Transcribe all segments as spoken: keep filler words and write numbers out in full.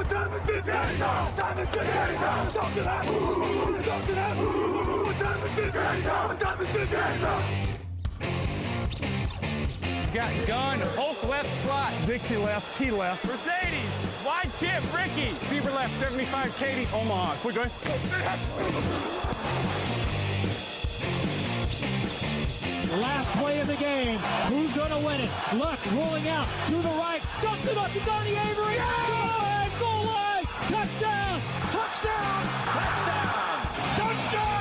Got gun, Hulk left slot, Dixie left, T left, Mercedes, wide chip, Ricky, Fever left, seventy-five, Katie, Omaha. Quick, go Last play of the game. Who's going to win it? Luck rolling out to the right. Dumps it up to Donnie Avery. Goal line, goal line. Touchdown, touchdown, touchdown, touchdown.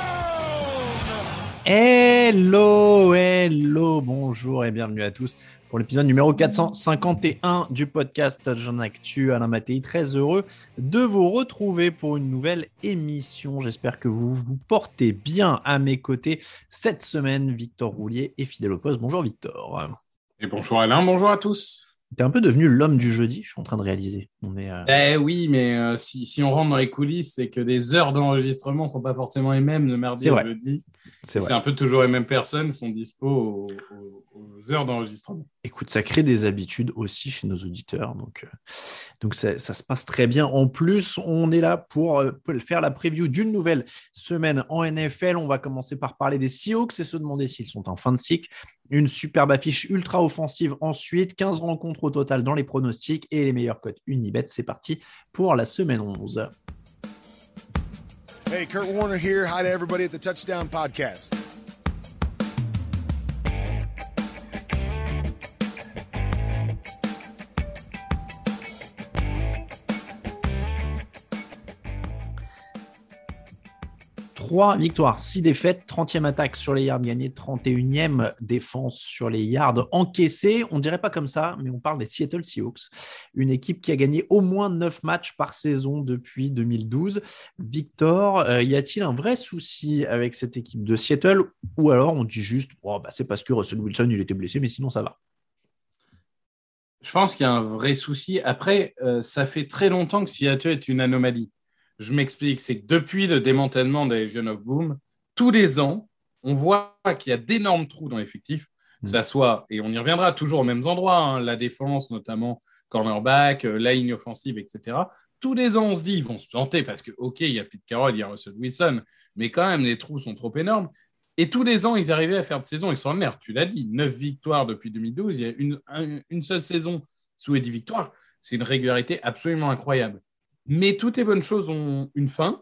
Hello, hello, bonjour et bienvenue à tous pour l'épisode numéro quatre cent cinquante et un du podcast Jean Actu. Alain Mattei, très heureux de vous retrouver pour une nouvelle émission. J'espère que vous vous portez bien à mes côtés cette semaine. Victor Roulier et Fidèle au poste. Bonjour Victor. Et bonjour Alain, bonjour à tous. T'es un peu devenu l'homme du jeudi, je suis en train de réaliser. On est, euh... Eh oui, mais euh, si, si on rentre dans les coulisses, c'est que les heures d'enregistrement ne sont pas forcément les mêmes le mardi et le jeudi. C'est, c'est un peu toujours les mêmes personnes qui sont dispo aux, aux, aux heures d'enregistrement. Écoute, ça crée des habitudes aussi chez nos auditeurs, donc, euh, donc ça, ça se passe très bien. En plus, on est là pour, euh, pour faire la preview d'une nouvelle semaine en N F L. On va commencer par parler des Seahawks et se demander s'ils sont en fin de cycle. Une superbe affiche ultra offensive ensuite, quinze rencontres au total dans les pronostics et les meilleurs cotes Unibet. C'est parti pour la semaine onze. Hey, Kurt Warner here. Hi to everybody at the Touchdown Podcast. trois victoires, six défaites, trentième attaque sur les yards gagnés, trente et unième défense sur les yards encaissés. On ne dirait pas comme ça, mais on parle des Seattle Seahawks, une équipe qui a gagné au moins neuf matchs par saison depuis deux mille douze. Victor, euh, y a-t-il un vrai souci avec cette équipe de Seattle ou alors on dit juste oh, bah, c'est parce que Russell Wilson il était blessé, mais sinon ça va? Je pense qu'il y a un vrai souci. Après, euh, ça fait très longtemps que Seattle est une anomalie. Je m'explique, c'est que depuis le démantèlement des Legion of Boom, tous les ans, on voit qu'il y a d'énormes trous dans l'effectif, que ça soit, et on y reviendra toujours aux mêmes endroits, hein, la défense, notamment cornerback, la ligne offensive, et cetera. Tous les ans, on se dit, ils vont se planter parce que, OK, il y a Pete Carroll, il y a Russell Wilson, mais quand même, les trous sont trop énormes. Et tous les ans, ils arrivaient à faire de saisons extraordinaires. Tu l'as dit, neuf victoires depuis deux mille douze, il y a une, un, une seule saison sous les dix victoires. C'est une régularité absolument incroyable. Mais toutes les bonnes choses ont une fin.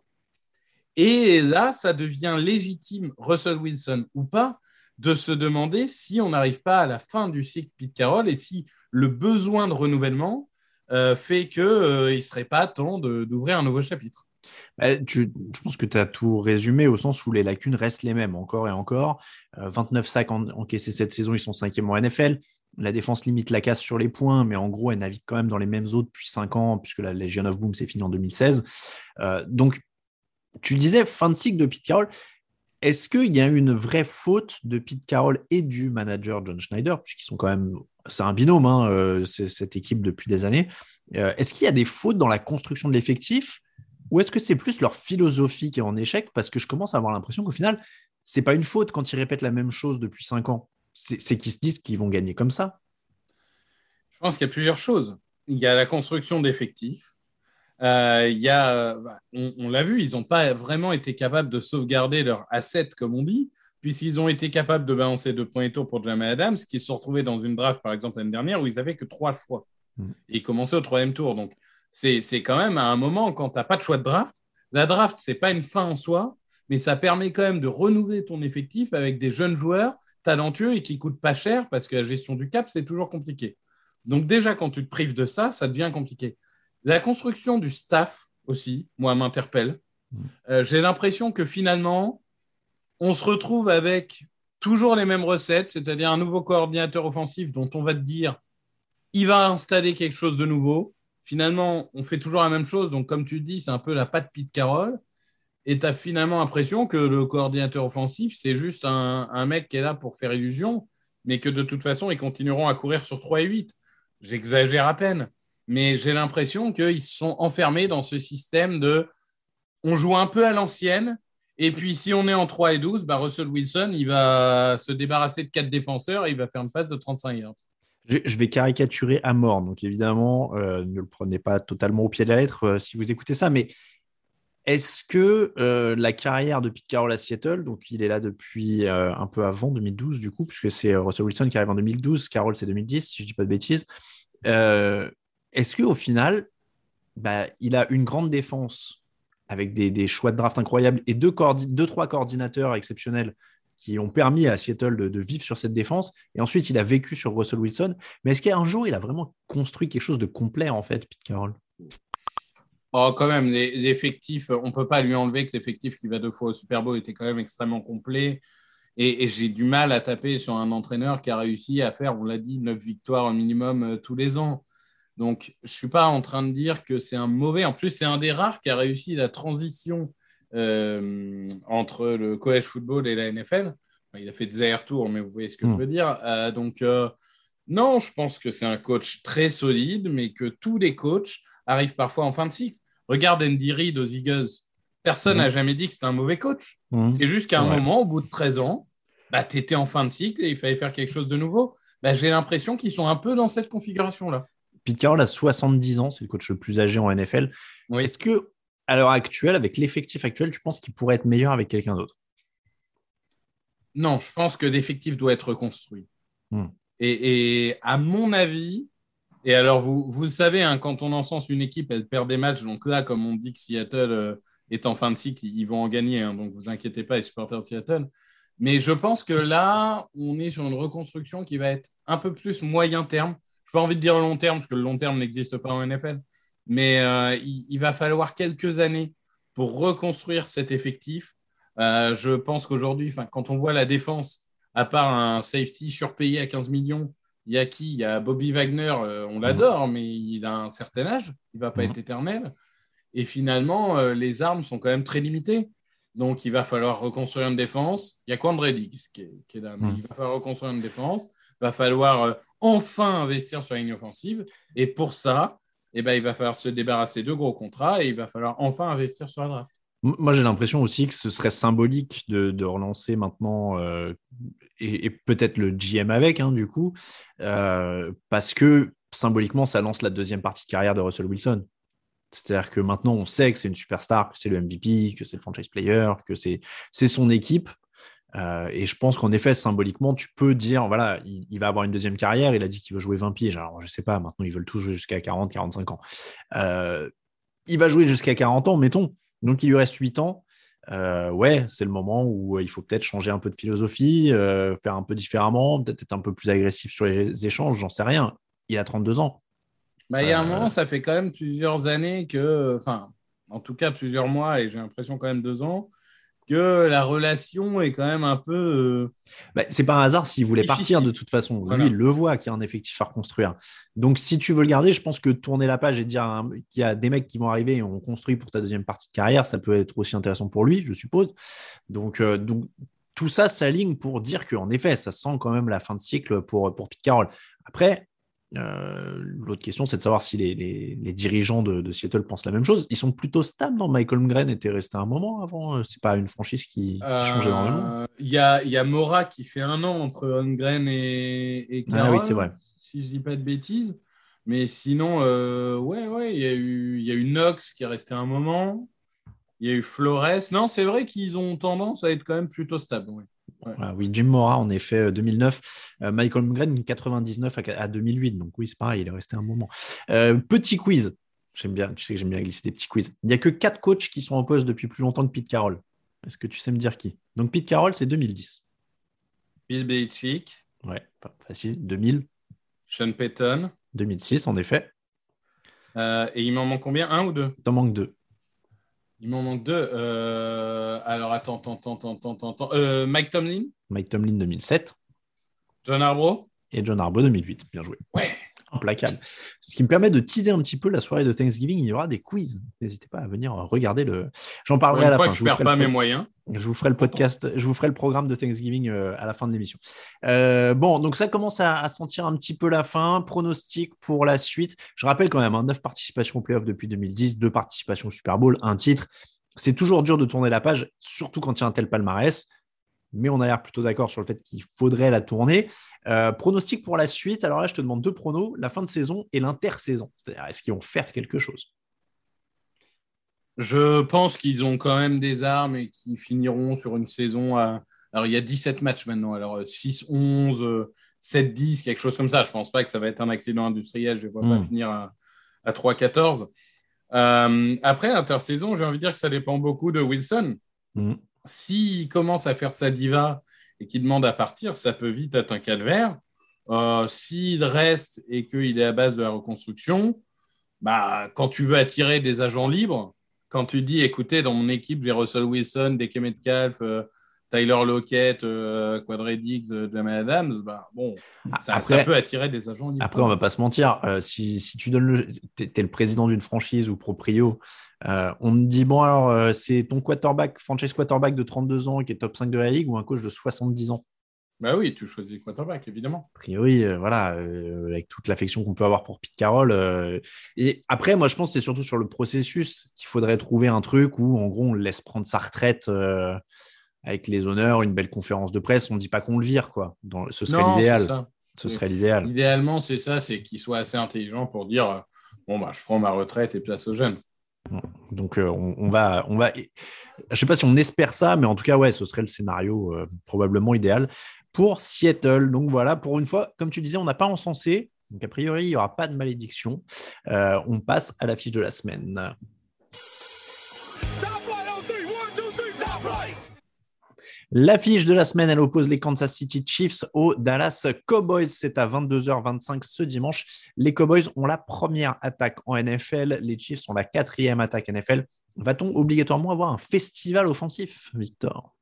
Et là, ça devient légitime, Russell Wilson ou pas, de se demander si on n'arrive pas à la fin du cycle Pete Carroll et si le besoin de renouvellement euh, fait qu'il euh, ne serait pas temps de, d'ouvrir un nouveau chapitre. Bah, tu, je pense que tu as tout résumé au sens où les lacunes restent les mêmes encore et encore. Euh, vingt-neuf sacs en, encaissés cette saison, ils sont cinquième en N F L. La défense limite la casse sur les points, mais en gros, elle navigue quand même dans les mêmes eaux depuis cinq ans, puisque la Legion of Boom s'est finie en deux mille seize. Euh, donc, tu disais fin de cycle de Pete Carroll. Est-ce qu'il y a une vraie faute de Pete Carroll et du manager John Schneider, puisqu'ils sont quand même, c'est un binôme, hein, euh, c'est cette équipe depuis des années. Euh, est-ce qu'il y a des fautes dans la construction de l'effectif, ou est-ce que c'est plus leur philosophie qui est en échec? Parce que je commence à avoir l'impression qu'au final, c'est pas une faute quand ils répètent la même chose depuis cinq ans. C'est, c'est qu'ils se disent qu'ils vont gagner comme ça. Je pense qu'il y a plusieurs choses. Il y a la construction d'effectifs. Euh, il y a, on, on l'a vu, ils n'ont pas vraiment été capables de sauvegarder leur asset, comme on dit, puisqu'ils ont été capables de balancer deux premiers tours pour Jamal Adams, qui se sont retrouvés dans une draft, par exemple, l'année dernière, où ils n'avaient que trois choix. Mmh. Et ils commençaient au troisième tour. Donc, c'est, c'est quand même à un moment, quand tu n'as pas de choix de draft, la draft, ce n'est pas une fin en soi, mais ça permet quand même de renouveler ton effectif avec des jeunes joueurs talentueux et qui ne coûtent pas cher, parce que la gestion du cap, c'est toujours compliqué. Donc déjà, quand tu te prives de ça, ça devient compliqué. La construction du staff aussi, moi, m'interpelle. Mmh. Euh, j'ai l'impression que finalement, on se retrouve avec toujours les mêmes recettes, c'est-à-dire un nouveau coordinateur offensif dont on va te dire il va installer quelque chose de nouveau. Finalement, on fait toujours la même chose. Donc, comme tu dis, c'est un peu la patte Pete Carroll. Et tu as finalement l'impression que le coordinateur offensif, c'est juste un, un mec qui est là pour faire illusion, mais que de toute façon, ils continueront à courir sur trois et huit. J'exagère à peine, mais j'ai l'impression qu'ils sont enfermés dans ce système de on joue un peu à l'ancienne, et puis si on est en trois et douze, bah Russell Wilson, il va se débarrasser de quatre défenseurs et il va faire une passe de trente-cinq yards. Je, je vais caricaturer à mort, donc évidemment, euh, ne le prenez pas totalement au pied de la lettre euh, si vous écoutez ça, mais est-ce que euh, la carrière de Pete Carroll à Seattle, donc il est là depuis euh, un peu avant deux mille douze du coup, puisque c'est euh, Russell Wilson qui arrive en deux mille douze, Carroll c'est deux mille dix, si je ne dis pas de bêtises, euh, est-ce qu'au final, bah, il a une grande défense avec des, des choix de draft incroyables et deux, coordi- deux trois coordinateurs exceptionnels qui ont permis à Seattle de, de vivre sur cette défense, et ensuite il a vécu sur Russell Wilson, mais est-ce qu'un jour il a vraiment construit quelque chose de complet en fait, Pete Carroll? Oh, quand même, l'effectif, on ne peut pas lui enlever que l'effectif qui va deux fois au Super Bowl était quand même extrêmement complet. Et, et j'ai du mal à taper sur un entraîneur qui a réussi à faire, on l'a dit, neuf victoires au minimum euh, tous les ans. Donc, je ne suis pas en train de dire que c'est un mauvais. En plus, c'est un des rares qui a réussi la transition euh, entre le college football et la N F L. Enfin, il a fait des allers-retours, mais vous voyez ce que mmh. je veux dire. Euh, donc, euh, non, je pense que c'est un coach très solide, mais que tous les coachs arrivent parfois en fin de cycle. Regarde Andy Reid aux Eagles. Personne n'a mmh. jamais dit que c'était un mauvais coach. Mmh. C'est juste qu'à un ouais. moment, au bout de treize ans, bah, tu étais en fin de cycle et il fallait faire quelque chose de nouveau. Bah, j'ai l'impression qu'ils sont un peu dans cette configuration-là. Pete Carroll a soixante-dix ans, c'est le coach le plus âgé en N F L. Oui. Est-ce que, à l'heure actuelle, avec l'effectif actuel, tu penses qu'il pourrait être meilleur avec quelqu'un d'autre? Non, je pense que l'effectif doit être reconstruit. Mmh. Et, et à mon avis, et alors vous, vous le savez, hein, quand on encense une équipe, elle perd des matchs. Donc là, comme on dit que Seattle euh, est en fin de cycle, ils vont en gagner. Hein, donc vous inquiétez pas, les supporters de Seattle. Mais je pense que là, on est sur une reconstruction qui va être un peu plus moyen terme. Je n'ai pas envie de dire long terme, parce que le long terme n'existe pas en N F L. Mais euh, il, il va falloir quelques années pour reconstruire cet effectif. Euh, je pense qu'aujourd'hui, quand on voit la défense, à part un safety surpayé à quinze millions, il y a qui? Il y a Bobby Wagner, euh, on l'adore, mmh. mais il a un certain âge, il ne va pas mmh. être éternel. Et finalement, euh, les armes sont quand même très limitées. Donc, il va falloir reconstruire une défense. Il y a Quandre Diggs qui est, qui est là, mais mmh. il va falloir reconstruire une défense. Il va falloir euh, enfin investir sur la ligne offensive. Et pour ça, eh ben, il va falloir se débarrasser de gros contrats et il va falloir enfin investir sur la draft. Moi, j'ai l'impression aussi que ce serait symbolique de, de relancer maintenant euh, et, et peut-être le G M avec, hein, du coup, euh, parce que symboliquement, ça lance la deuxième partie de carrière de Russell Wilson. C'est-à-dire que maintenant, on sait que c'est une superstar, que c'est le M V P, que c'est le franchise player, que c'est, c'est son équipe. Euh, et je pense qu'en effet, symboliquement, tu peux dire, voilà, il, il va avoir une deuxième carrière, il a dit qu'il veut jouer vingt piges. Alors, je ne sais pas, maintenant, ils veulent tous jouer jusqu'à quarante, quarante-cinq ans. Euh, il va jouer jusqu'à quarante ans, mettons. Donc, il lui reste huit ans. Euh, ouais, c'est le moment où il faut peut-être changer un peu de philosophie, euh, faire un peu différemment, peut-être être un peu plus agressif sur les échanges, j'en sais rien. Il a trente-deux ans. Bah, il y a un euh... moment, ça fait quand même plusieurs années que, enfin, en tout cas plusieurs mois, et j'ai l'impression quand même deux ans, que la relation est quand même un peu... Euh... Bah, c'est pas un hasard s'il voulait difficile. Partir de toute façon. Voilà. Lui, il le voit qu'il y a un effectif à reconstruire. Donc, si tu veux le garder, je pense que tourner la page et dire hein, qu'il y a des mecs qui vont arriver et on construit pour ta deuxième partie de carrière, ça peut être aussi intéressant pour lui, je suppose. Donc, euh, donc tout ça s'aligne pour dire qu'en effet, ça sent quand même la fin de cycle pour, pour Pete Carroll. Après, Euh, l'autre question, c'est de savoir si les, les, les dirigeants de, de Seattle pensent la même chose. Ils sont plutôt stables. Non, Mike Holmgren était resté un moment avant. C'est pas une franchise qui, qui euh, change énormément. Il y a, y a Mora qui fait un an entre Holmgren et, et Carroll. Ah oui, c'est vrai. Si je dis pas de bêtises. Mais sinon, euh, ouais, ouais, il y a eu, il y a eu Knox qui est resté un moment. Il y a eu Flores. Non, c'est vrai qu'ils ont tendance à être quand même plutôt stables. Ouais. Ouais. Voilà, oui, Jim Mora, en effet, deux mille neuf. Euh, Mike Holmgren, quatre-vingt-dix-neuf à deux mille huit. Donc oui, c'est pareil, il est resté un moment. Euh, petit quiz. J'aime bien, tu sais que j'aime bien glisser des petits quiz. Il n'y a que quatre coachs qui sont en poste depuis plus longtemps que Pete Carroll. Est-ce que tu sais me dire qui? Donc Pete Carroll, c'est deux mille dix. Bill Belichick. Ouais, facile. deux mille. Sean Payton. deux mille six, en effet. Euh, et il m'en manque combien? Un ou deux? Il t'en manque deux. Il m'en manque deux. Euh... Alors, attends, attends, attends, attends, attends. Euh, Mike Tomlin. Mike Tomlin, deux mille sept. John Harbaugh. Et John Harbaugh, deux mille huit. Bien joué. Ouais. Implacable. Ce qui me permet de teaser un petit peu la soirée de Thanksgiving. Il y aura des quiz. N'hésitez pas à venir regarder le. J'en parlerai à la fin. Que je ne perds pas mes moyens. Je vous ferai le podcast, je vous ferai le programme de Thanksgiving à la fin de l'émission. Euh, bon, donc ça commence à, à sentir un petit peu la fin. Pronostic pour la suite. Je rappelle quand même, hein, neuf participations au playoff depuis deux mille dix, deux participations au Super Bowl, un titre. C'est toujours dur de tourner la page, surtout quand il y a un tel palmarès. mais on a l'air plutôt d'accord sur le fait qu'il faudrait la tourner. Euh, pronostic pour la suite. Alors là, je te demande deux pronos, la fin de saison et l'intersaison. C'est-à-dire, est-ce qu'ils vont faire quelque chose? Je pense qu'ils ont quand même des armes et qu'ils finiront sur une saison à... Alors, il y a dix-sept matchs maintenant. Alors, six onze, sept dix, quelque chose comme ça. Je ne pense pas que ça va être un accident industriel. Je ne vais pas mmh. finir à, à trois quatorze. Euh, après, l'intersaison, j'ai envie de dire que ça dépend beaucoup de Wilson. Mmh. S'il commence à faire sa diva et qu'il demande à partir, ça peut vite être un calvaire. Euh, s'il reste et qu'il est à base de la reconstruction, bah, quand tu veux attirer des agents libres, quand tu dis, écoutez, dans mon équipe, j'ai Russell Wilson, D K Metcalf, euh, Tyler Lockett, euh, Quadre Diggs, euh, Jamal Adams, bah, bon, ça, après, ça peut attirer des agents libres. Après, on ne va pas se mentir. Euh, si, si tu donnes le, t'es, t'es le président d'une franchise ou proprio, euh, on te dit, bon, alors, euh, c'est ton quarterback, franchise quarterback de trente-deux ans qui est top cinq de la ligue ou un coach de soixante-dix ans? Bah oui, tu choisis le quarterback, évidemment. A priori, euh, voilà, euh, avec toute l'affection qu'on peut avoir pour Pete Carroll. Euh, et après, moi, je pense que c'est surtout sur le processus qu'il faudrait trouver un truc où, en gros, on le laisse prendre sa retraite euh, avec les honneurs, une belle conférence de presse. On ne dit pas qu'on le vire, quoi. Dans, ce serait non, l'idéal. C'est ça. Ce serait l'idéal. Idéalement, c'est ça, c'est qu'il soit assez intelligent pour dire euh, bon, bah, je prends ma retraite et place aux jeunes. Donc, euh, on, on va, on va. Je ne sais pas si on espère ça, mais en tout cas, ouais, ce serait le scénario euh, probablement idéal pour Seattle. Donc voilà, pour une fois, comme tu disais, on n'a pas encensé. Donc a priori, il n'y aura pas de malédiction. Euh, on passe à l'affiche de la semaine. L'affiche de la semaine, elle oppose les Kansas City Chiefs aux Dallas Cowboys. C'est à vingt-deux heures vingt-cinq ce dimanche. Les Cowboys ont la première attaque en N F L. Les Chiefs ont la quatrième attaque N F L. Va-t-on obligatoirement avoir un festival offensif, Victor?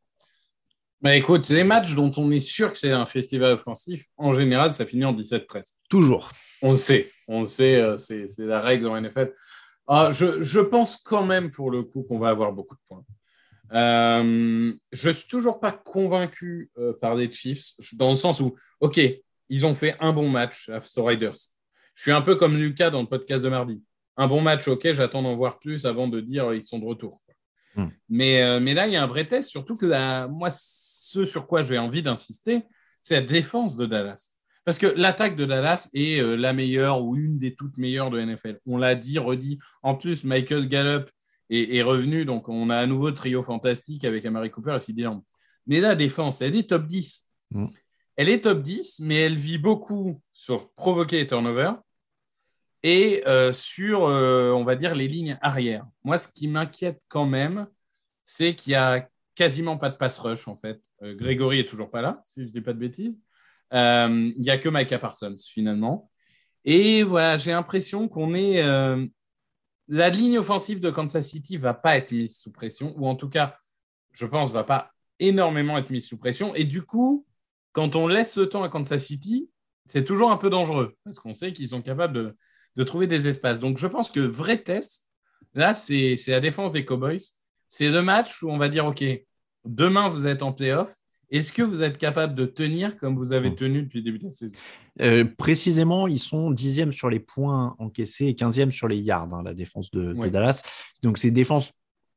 Bah écoute, les matchs dont on est sûr que c'est un festival offensif, en général, ça finit en dix-sept treize. Toujours. On le sait. On le sait, c'est, c'est la règle en N F L. Ah, je, je pense quand même, pour le coup, qu'on va avoir beaucoup de points. Euh, je ne suis toujours pas convaincu euh, par les Chiefs, dans le sens où, OK, ils ont fait un bon match face aux Raiders. Je suis un peu comme Lucas dans le podcast de mardi. Un bon match, OK, j'attends d'en voir plus avant de dire euh, ils sont de retour. Mm. Mais, euh, mais là, il y a un vrai test, surtout que la, moi, ce sur quoi j'ai envie d'insister, c'est la défense de Dallas. Parce que l'attaque de Dallas est euh, la meilleure ou une des toutes meilleures de N F L. On l'a dit, redit. En plus, Michael Gallup est, est revenu, donc on a à nouveau le trio fantastique avec Amari Cooper et C D Lamb. Mais la défense, elle est top dix. Mm. Elle est top dix, mais elle vit beaucoup sur provoquer les turnovers et euh, sur, euh, on va dire, les lignes arrière. Moi, ce qui m'inquiète quand même, c'est qu'il n'y a quasiment pas de pass rush, en fait. Euh, Grégory n'est toujours pas là, si je ne dis pas de bêtises. Euh, il n'y a que Micah Parsons, finalement. Et voilà, j'ai l'impression qu'on est... Euh, la ligne offensive de Kansas City ne va pas être mise sous pression, ou en tout cas, je pense, ne va pas énormément être mise sous pression. Et du coup, quand on laisse ce temps à Kansas City, c'est toujours un peu dangereux, parce qu'on sait qu'ils sont capables de, de trouver des espaces. Donc, je pense que le vrai test, là, c'est, c'est la défense des Cowboys. C'est le match où on va dire, OK, demain, vous êtes en play-off. Est-ce que vous êtes capable de tenir comme vous avez tenu depuis le début de la saison? euh, Précisément, ils sont dixième sur les points encaissés et quinzième sur les yards, hein, la défense de, ouais. de Dallas. Donc, c'est défense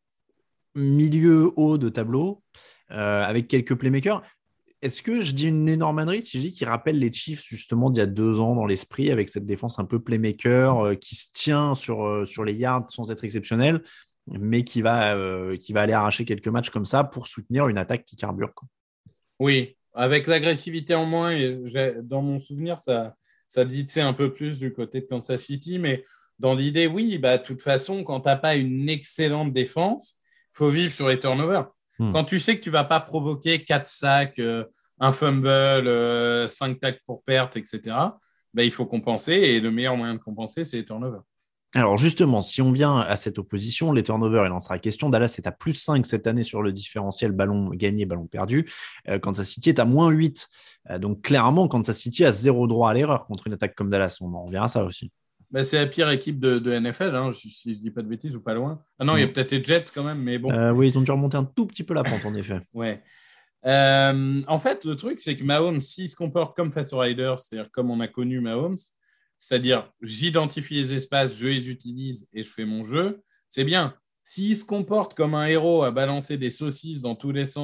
milieu-haut de tableau euh, avec quelques playmakers. Est-ce que je dis une énorme ânerie si je dis qu'ils rappellent les Chiefs justement d'il y a deux ans dans l'esprit avec cette défense un peu playmaker euh, qui se tient sur, euh, sur les yards sans être exceptionnelle, mais qui va, euh, qui va aller arracher quelques matchs comme ça pour soutenir une attaque qui carbure, quoi. Oui, avec l'agressivité en moins, et j'ai, dans mon souvenir, ça, ça blitzait un peu plus du côté de Kansas City, mais dans l'idée, oui, bah, de toute façon, quand tu n'as pas une excellente défense, il faut vivre sur les turnovers. Hmm. Quand tu sais que tu ne vas pas provoquer quatre sacs, euh, un fumble, euh, cinq tacles pour perte, et cetera, bah, il faut compenser, et le meilleur moyen de compenser, c'est les turnovers. Alors justement, si on vient à cette opposition, les turnovers, il en sera question. Dallas est à plus cinq cette année sur le différentiel ballon gagné, ballon perdu. Euh, Kansas City est à moins huit. Euh, donc clairement, Kansas City a zéro droit à l'erreur contre une attaque comme Dallas. On en revient à ça aussi. Ben, c'est la pire équipe de, de N F L, hein, si, si je ne dis pas de bêtises ou pas loin. Ah non, il mmh. y a peut-être les Jets quand même, mais bon. Euh, oui, ils ont dû remonter un tout petit peu la pente, en effet. Ouais. Euh, en fait, le truc, c'est que Mahomes, s'il se comporte comme face aux Raiders, c'est-à-dire comme on a connu Mahomes, c'est-à-dire, j'identifie les espaces, je les utilise et je fais mon jeu, c'est bien. S'il se comporte comme un héros à balancer des saucisses dans tous les sens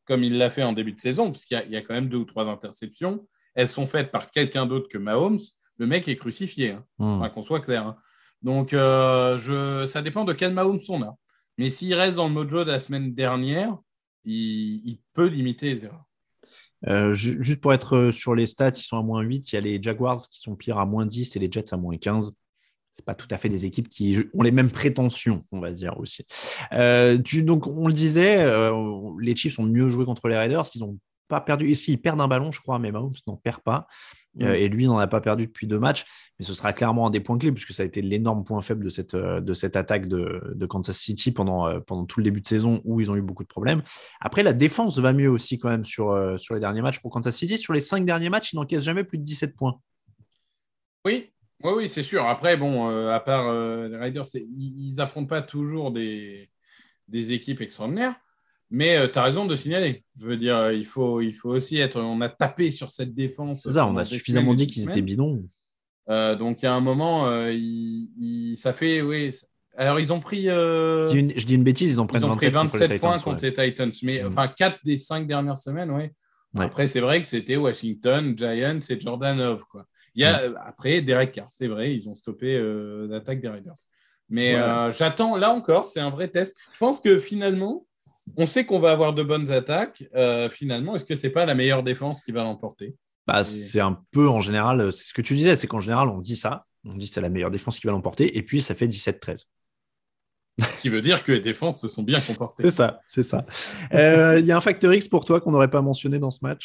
comme il l'a fait en début de saison, puisqu'il y a, il y a quand même deux ou trois interceptions. Elles sont faites par quelqu'un d'autre que Mahomes. Le mec est crucifié, hein. mmh. Enfin, qu'on soit clair. Hein. Donc, euh, je... ça dépend de quel Mahomes on a. Mais s'il reste dans le mojo de la semaine dernière, il, il peut limiter les erreurs. Euh, juste pour être sur les stats, ils sont à moins huit. Il y a les Jaguars qui sont pires à moins dix et les Jets à moins quinze. C'est pas tout à fait des équipes qui ont les mêmes prétentions, on va dire aussi. Euh, tu, donc, on le disait, euh, les Chiefs ont mieux joué contre les Raiders. Ils n'ont pas perdu. Est-ce qu'ils perdent un ballon, je crois, mais Mahomes n'en perd pas. Mmh. Euh, et lui, il n'en a pas perdu depuis deux matchs. Mais ce sera clairement un des points clés, puisque ça a été l'énorme point faible de cette, de cette attaque de, de Kansas City pendant, euh, pendant tout le début de saison où ils ont eu beaucoup de problèmes. Après, la défense va mieux aussi quand même sur, euh, sur les derniers matchs pour Kansas City. Sur les cinq derniers matchs, ils n'encaissent jamais plus de dix-sept points. Oui. Oui, oui, c'est sûr. Après, bon, euh, à part euh, les Raiders, ils n'affrontent pas toujours des, des équipes extraordinaires, mais euh, tu as raison de signaler. Je veux dire, il faut, il faut aussi être... On a tapé sur cette défense. C'est ça, on a suffisamment dit qu'ils étaient bidons. Euh, donc, il y a un moment, euh, il, il, ça fait... Oui. Alors, ils ont pris... Euh, je, dis une, je dis une bêtise, ils ont pris ils ont vingt-sept, pris vingt-sept contre points contre les Titans. Mais mmh. enfin, quatre des cinq dernières semaines, oui. Ouais. Après, c'est vrai que c'était Washington, Giants et Jordanov, quoi. Il y a, ouais. Après, Derek Carr, c'est vrai, ils ont stoppé euh, l'attaque des Raiders. Mais ouais. euh, j'attends, là encore, c'est un vrai test. Je pense que finalement, on sait qu'on va avoir de bonnes attaques. Euh, finalement, est-ce que ce n'est pas la meilleure défense qui va l'emporter ? Bah, et... C'est un peu en général, c'est ce que tu disais, c'est qu'en général, on dit ça. On dit que c'est la meilleure défense qui va l'emporter, et puis ça fait dix-sept treize. Ce qui veut dire que les défenses se sont bien comportées. C'est ça, c'est ça. Il euh, y a un facteur X pour toi qu'on n'aurait pas mentionné dans ce match ?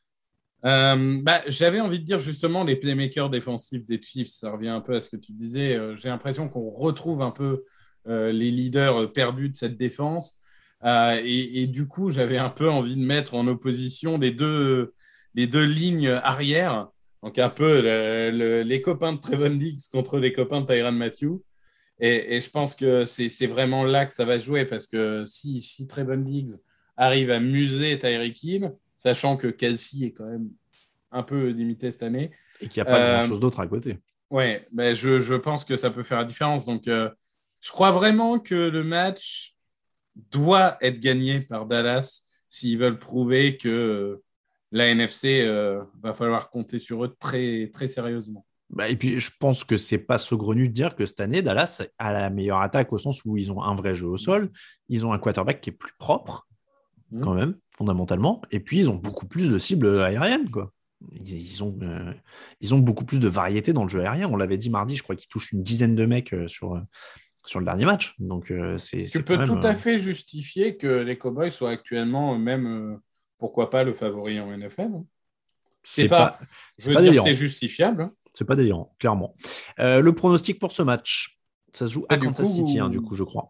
Euh, bah, j'avais envie de dire justement les playmakers défensifs des Chiefs, ça revient un peu à ce que tu disais. Euh, j'ai l'impression qu'on retrouve un peu euh, les leaders perdus de cette défense. Euh, et, et du coup, j'avais un peu envie de mettre en opposition les deux, les deux lignes arrière. Donc un peu le, le, les copains de Trevon Diggs contre les copains de Tyrann Mathieu. Et, et je pense que c'est, c'est vraiment là que ça va jouer parce que si, si Trevon Diggs arrive à muser Tyreek Hill, sachant que Kelsey est quand même un peu limité cette année. Et qu'il n'y a pas euh, grand-chose d'autre à côté. Oui, ben je, je pense que ça peut faire la différence. Donc, euh, je crois vraiment que le match doit être gagné par Dallas s'ils veulent prouver que euh, la N F C euh, va falloir compter sur eux très, très sérieusement. Bah, et puis, je pense que ce n'est pas saugrenu de dire que cette année, Dallas a la meilleure attaque au sens où ils ont un vrai jeu au sol. Ils ont un quarterback qui est plus propre. Quand même, fondamentalement. Et puis, ils ont beaucoup plus de cibles aériennes, quoi. Ils, ils, ont, euh, ils ont beaucoup plus de variété dans le jeu aérien. On l'avait dit mardi, je crois qu'ils touchent une dizaine de mecs euh, sur, euh, sur le dernier match. Donc, euh, c'est, tu c'est peux même, tout euh... à fait justifier que les Cowboys soient actuellement même, euh, pourquoi pas, le favori en N F L. Hein. C'est, c'est pas, pas, je veux pas dire, délirant. C'est justifiable. Hein. C'est pas délirant, clairement. Euh, le pronostic pour ce match, ça se joue à ah, Kansas coup, City, hein, du coup, je crois.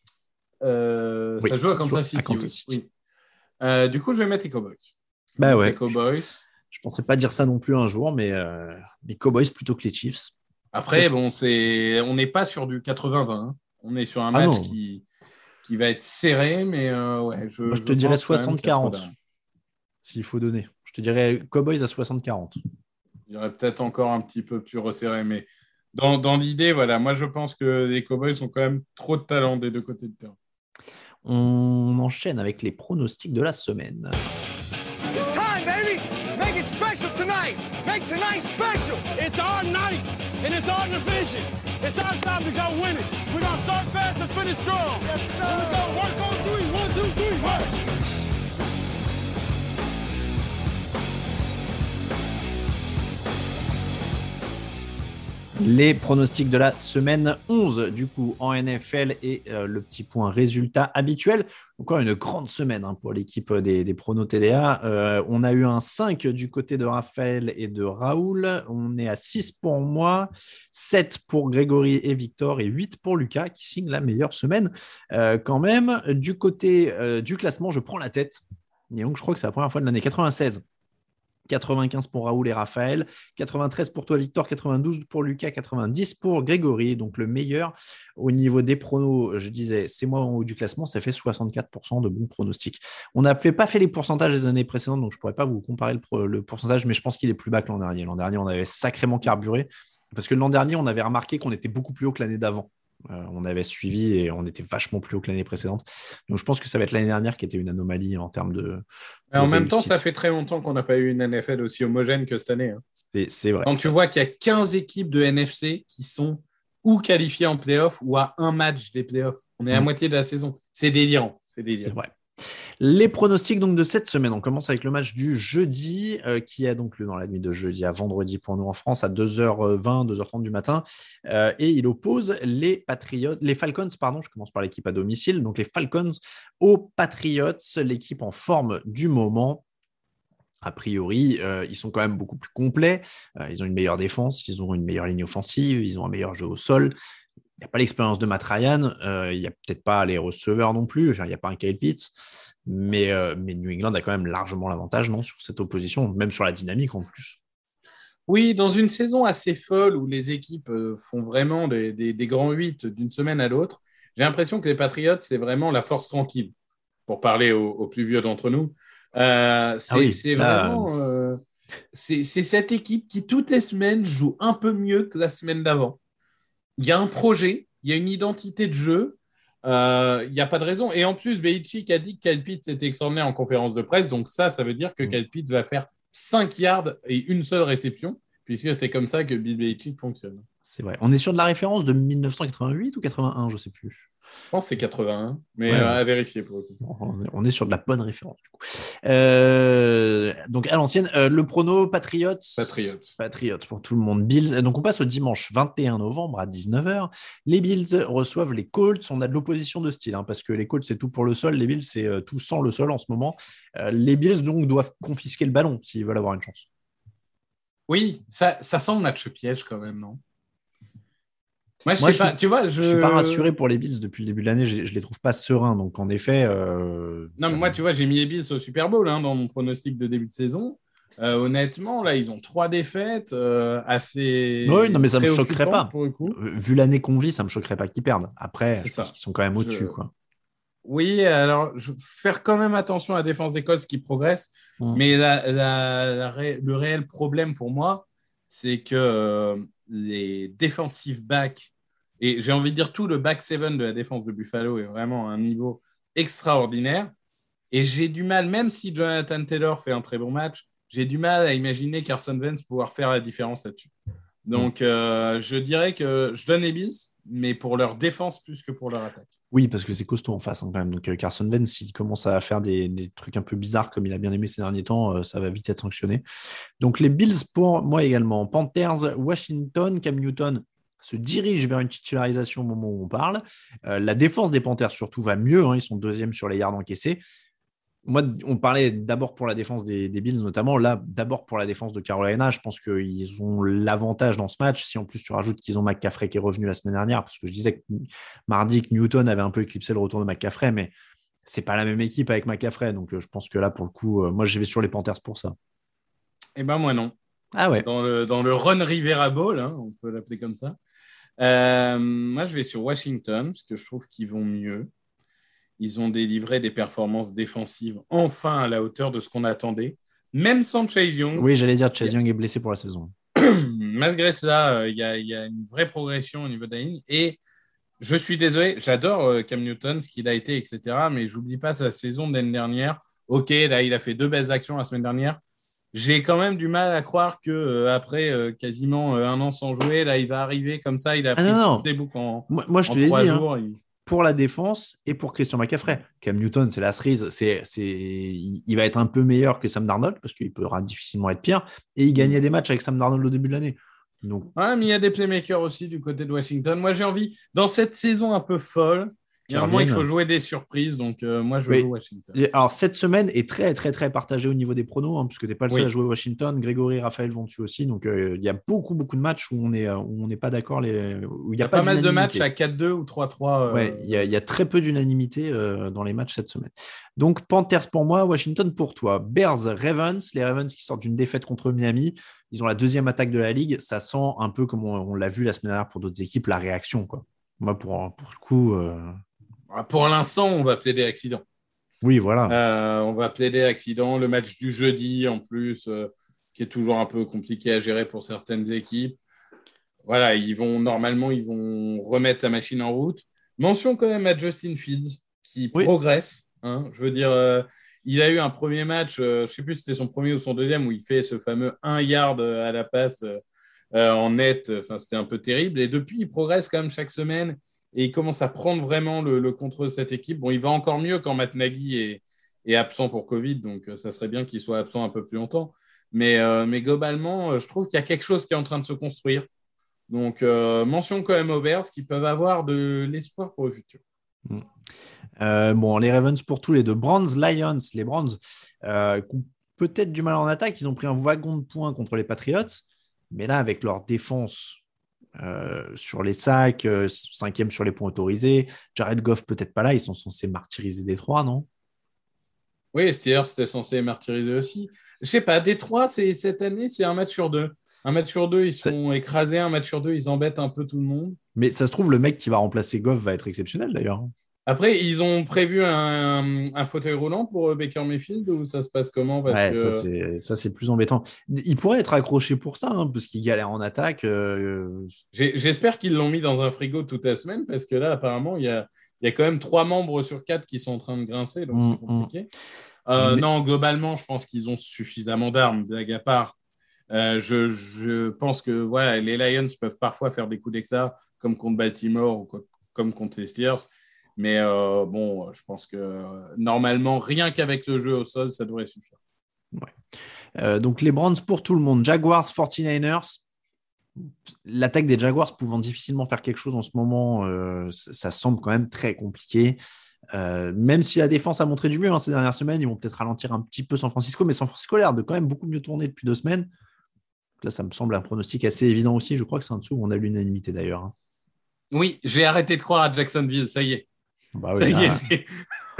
Euh, oui, ça se joue à Kansas City. À Kansas City. Oui. Euh, du coup, je vais mettre les Cowboys. Bah ouais. Les Cowboys. Je, je pensais pas dire ça non plus un jour, mais euh, les Cowboys plutôt que les Chiefs. Après, bon, c'est... on n'est pas sur du quatre-vingts vingt. Hein. On est sur un match ah qui... qui va être serré, mais euh, ouais. Je, Moi, je, je te dirais soixante quarante, s'il faut donner. Je te dirais Cowboys à soixante quarante. Je dirais peut-être encore un petit peu plus resserré, mais dans, dans l'idée, voilà, moi, je pense que les Cowboys ont quand même trop de talent des deux côtés de terrain. On enchaîne avec les pronostics de la semaine. It's time, baby! Make it special tonight! Make tonight special! It's our night, and it's our division. It's our time to go win it. We're gonna start fast and finish strong. Yes, sir! Here we go, work on three. One, two, three, work! Les pronostics de la semaine onze, du coup, en N F L et euh, le petit point résultat habituel. Encore une grande semaine hein, pour l'équipe des, des pronos T D A. Euh, on a eu un cinq du côté de Raphaël et de Raoul. On est à six pour moi, sept pour Grégory et Victor et huit pour Lucas qui signe la meilleure semaine euh, quand même. Du côté euh, du classement, je prends la tête. Et donc, je crois que c'est la première fois de l'année quatre-vingt-seize. quatre-vingt-quinze pour Raoul et Raphaël, quatre-vingt-treize pour toi Victor, quatre-vingt-douze pour Lucas, quatre-vingt-dix pour Grégory. Donc le meilleur au niveau des pronos, je disais, c'est moi en haut du classement, ça fait soixante-quatre pour cent de bons pronostics. On n'a pas fait les pourcentages des années précédentes, donc je ne pourrais pas vous comparer le, pro- le pourcentage, mais je pense qu'il est plus bas que l'an dernier. L'an dernier, on avait sacrément carburé, parce que l'an dernier, on avait remarqué qu'on était beaucoup plus haut que l'année d'avant. Euh, on avait suivi et on était vachement plus haut que l'année précédente. Donc, je pense que ça va être l'année dernière qui était une anomalie en termes de. Mais en de même temps, réussite. ça fait très longtemps qu'on n'a pas eu une N F L aussi homogène que cette année. Hein. C'est, c'est vrai. Quand tu vois qu'il y a quinze équipes de N F C qui sont ou qualifiées en playoff ou à un match des playoffs. On est à Mm. moitié de la saison. C'est délirant. C'est délirant. C'est vrai. Les pronostics donc de cette semaine, on commence avec le match du jeudi, euh, qui est donc dans la nuit de jeudi à vendredi pour nous en France à deux heures vingt, deux heures trente du matin, euh, et il oppose les Patriots, les Falcons, pardon, je commence par l'équipe à domicile, donc les Falcons aux Patriots, l'équipe en forme du moment. A priori, euh, ils sont quand même beaucoup plus complets, euh, ils ont une meilleure défense, ils ont une meilleure ligne offensive, ils ont un meilleur jeu au sol. Il n'y a pas l'expérience de Matt Ryan, euh, il n'y a peut-être pas les receveurs non plus, enfin, il n'y a pas un Kyle Pitts. Mais, euh, mais New England a quand même largement l'avantage, non, sur cette opposition, même sur la dynamique en plus. Oui, dans une saison assez folle où les équipes euh, font vraiment des, des, des grands huit d'une semaine à l'autre, j'ai l'impression que les Patriots, c'est vraiment la force tranquille, pour parler aux, aux plus vieux d'entre nous. Euh, c'est Ah oui, c'est là, vraiment euh, c'est, c'est cette équipe qui, toutes les semaines, joue un peu mieux que la semaine d'avant. Il y a un projet, il y a une identité de jeu. Il euh, n'y a pas de raison. Et en plus, Belichick a dit que Kyle Pitts était extraordinaire en conférence de presse. Donc ça, ça veut dire que mmh. Kyle Pitts va faire cinq yards et une seule réception, puisque c'est comme ça que Bill Belichick fonctionne. C'est vrai. On est sur de la référence de dix-neuf cent quatre-vingt-huit ou quatre-vingt-un, je ne sais plus. Je pense que c'est quatre-vingt-un, mais ouais, euh, ouais. à vérifier pour le coup. On est sur de la bonne référence. Du coup. Euh, donc à l'ancienne, euh, le prono Patriots. Patriots. Patriots pour tout le monde. Bills. Donc on passe au dimanche vingt et un novembre à dix-neuf heures. Les Bills reçoivent les Colts. On a de l'opposition de style, hein, parce que les Colts c'est tout pour le sol. Les Bills c'est euh, tout sans le sol en ce moment. Euh, les Bills donc doivent confisquer le ballon s'ils veulent avoir une chance. Oui, ça, ça sent le match piège quand même, non? Moi, je Moi, sais je pas, suis, tu vois, je... je suis pas rassuré pour les Bills depuis le début de l'année. Je, je les trouve pas sereins. Donc, en effet. Euh, non, mais moi, tu vois, j'ai mis les Bills au Super Bowl hein, dans mon pronostic de début de saison. Euh, honnêtement, là, ils ont trois défaites euh, assez. Oui, non, mais ça me choquerait pas. Pour le coup. Vu l'année qu'on vit, ça me choquerait pas qu'ils perdent. Après, c'est je ça. pense qu'ils sont quand même au-dessus, je... quoi. Oui, alors, je vais faire quand même attention à la défense des Colts qui progresse. Mmh. Mais la, la, la ré... le réel problème pour moi, c'est que euh, les defensive backs. Et j'ai envie de dire tout le back seven de la défense de Buffalo est vraiment à un niveau extraordinaire. Et j'ai du mal, même si Jonathan Taylor fait un très bon match, j'ai du mal à imaginer Carson Wentz pouvoir faire la différence là-dessus. Donc, euh, je dirais que je donne les Bills, mais pour leur défense plus que pour leur attaque. Oui, parce que c'est costaud en face hein, quand même. Donc, euh, Carson Wentz, s'il commence à faire des, des trucs un peu bizarres comme il a bien aimé ces derniers temps, euh, ça va vite être sanctionné. Donc, les Bills pour moi également. Panthers, Washington, Cam Newton se dirige vers une titularisation au moment où on parle. Euh, la défense des Panthers surtout va mieux, hein, ils sont deuxième sur les yards encaissés. Moi, on parlait d'abord pour la défense des, des Bills notamment, là d'abord pour la défense de Carolina, je pense qu'ils ont l'avantage dans ce match, si en plus tu rajoutes qu'ils ont McCaffrey qui est revenu la semaine dernière, parce que je disais que mardi que Newton avait un peu éclipsé le retour de McCaffrey, mais c'est pas la même équipe avec McCaffrey, donc je pense que là pour le coup, euh, moi je vais sur les Panthers pour ça. Eh ben moi non. Ah ouais. Dans le, dans le Ron Rivera Bowl, hein, on peut l'appeler comme ça. Euh, moi, je vais sur Washington parce que je trouve qu'ils vont mieux. Ils ont délivré des performances défensives enfin à la hauteur de ce qu'on attendait, même sans Chase Young. Oui, j'allais dire Chase Young est blessé pour la saison. Malgré cela, il euh, y, y a une vraie progression au niveau de la ligne. Et je suis désolé, j'adore euh, Cam Newton, ce qu'il a été, et cetera. Mais j'oublie pas sa saison de l'année dernière. Ok, là, il a fait deux belles actions la semaine dernière. J'ai quand même du mal à croire que euh, après euh, quasiment euh, un an sans jouer, là, il va arriver comme ça. Il a pris ah toutes les boucles en, moi, moi, je en te trois dit, jours. Hein. Il... Pour la défense et pour Christian McCaffrey. Cam Newton, c'est la cerise. C'est, c'est, il va être un peu meilleur que Sam Darnold parce qu'il pourra difficilement être pire. Et il gagnait des matchs avec Sam Darnold au début de l'année. Donc... Ouais, mais il y a des playmakers aussi du côté de Washington. Moi, j'ai envie, dans cette saison un peu folle, il y a un moment, il faut jouer des surprises. Donc, euh, moi, je oui. joue Washington. Alors, cette semaine est très, très, très partagée au niveau des pronos, hein, puisque tu n'es pas le seul oui. à jouer Washington. Grégory et Raphaël vont dessus aussi. Donc, euh, il y a beaucoup, beaucoup de matchs où on n'est où on pas d'accord. Les... Où il y a, y a pas, pas mal de matchs à quatre deux ou trois trois. Euh... Ouais, il y, a, il y a très peu d'unanimité euh, dans les matchs cette semaine. Donc, Panthers pour moi, Washington pour toi. Bears, Ravens. Les Ravens qui sortent d'une défaite contre Miami. Ils ont la deuxième attaque de la Ligue. Ça sent un peu comme on, on l'a vu la semaine dernière pour d'autres équipes, la réaction, quoi. Moi, pour, pour le coup... Euh... Pour l'instant, on va plaider accident. Oui, voilà. Euh, on va plaider accident. Le match du jeudi, en plus, euh, qui est toujours un peu compliqué à gérer pour certaines équipes. voilà, ils vont normalement, ils vont remettre la machine en route. Mention quand même à Justin Fields qui Oui. progresse. Hein, je veux dire, euh, il a eu un premier match, euh, je ne sais plus si c'était son premier ou son deuxième, où il fait ce fameux un yard à la passe euh, en net. Enfin, c'était un peu terrible. Et depuis, il progresse quand même chaque semaine et il commence à prendre vraiment le, le contrôle de cette équipe. Bon, il va encore mieux quand Matt Nagy est, est absent pour Covid, donc euh, ça serait bien qu'il soit absent un peu plus longtemps. Mais, euh, mais globalement, euh, je trouve qu'il y a quelque chose qui est en train de se construire. Donc, euh, mention quand même aux Bears qui peuvent avoir de l'espoir pour le futur. Mm. Euh, bon, les Ravens pour tous les deux. Browns, Lions, les Browns euh, qui ont peut-être du mal en attaque. Ils ont pris un wagon de points contre les Patriots. Mais là, avec leur défense euh, sur les sacs, euh, cinquième sur les points autorisés, Jared Goff peut-être pas là. Ils sont censés martyriser Détroit, non? Oui, Steelers, c'était censé martyriser aussi. Je sais pas, Détroit, c'est, cette année, c'est un match sur deux. Un match sur deux, ils sont c'est... écrasés. Un match sur deux, ils embêtent un peu tout le monde. Mais ça se trouve, le mec qui va remplacer Goff va être exceptionnel d'ailleurs. Après, ils ont prévu un, un fauteuil roulant pour Baker Mayfield ou ça se passe comment? Parce ouais, que... ça, c'est, ça, c'est plus embêtant. Il pourrait être accroché pour ça, hein, parce qu'il galère en attaque. Euh... J'ai, j'espère qu'ils l'ont mis dans un frigo toute la semaine parce que là, apparemment, il y a, il y a quand même trois membres sur quatre qui sont en train de grincer, donc mmh, c'est compliqué. Mmh. Euh, Mais... Non, globalement, je pense qu'ils ont suffisamment d'armes, blague à part. Euh, je, je pense que ouais, les Lions peuvent parfois faire des coups d'éclat comme contre Baltimore ou co- comme contre les Steelers. Mais euh, bon, je pense que euh, normalement, rien qu'avec le jeu au sol, ça devrait suffire. Ouais. Euh, donc, les Browns pour tout le monde. Jaguars, forty-niners. L'attaque des Jaguars pouvant difficilement faire quelque chose en ce moment, euh, ça, ça semble quand même très compliqué. Euh, même si la défense a montré du mieux hein, ces dernières semaines, ils vont peut-être ralentir un petit peu San Francisco, mais San Francisco a l'air de quand même beaucoup mieux tourner depuis deux semaines. Donc là, ça me semble un pronostic assez évident aussi. Je crois que c'est un dessous où on a l'unanimité d'ailleurs. Hein. Oui, j'ai arrêté de croire à Jacksonville, ça y est. Bah oui, ça là... y est, j'ai...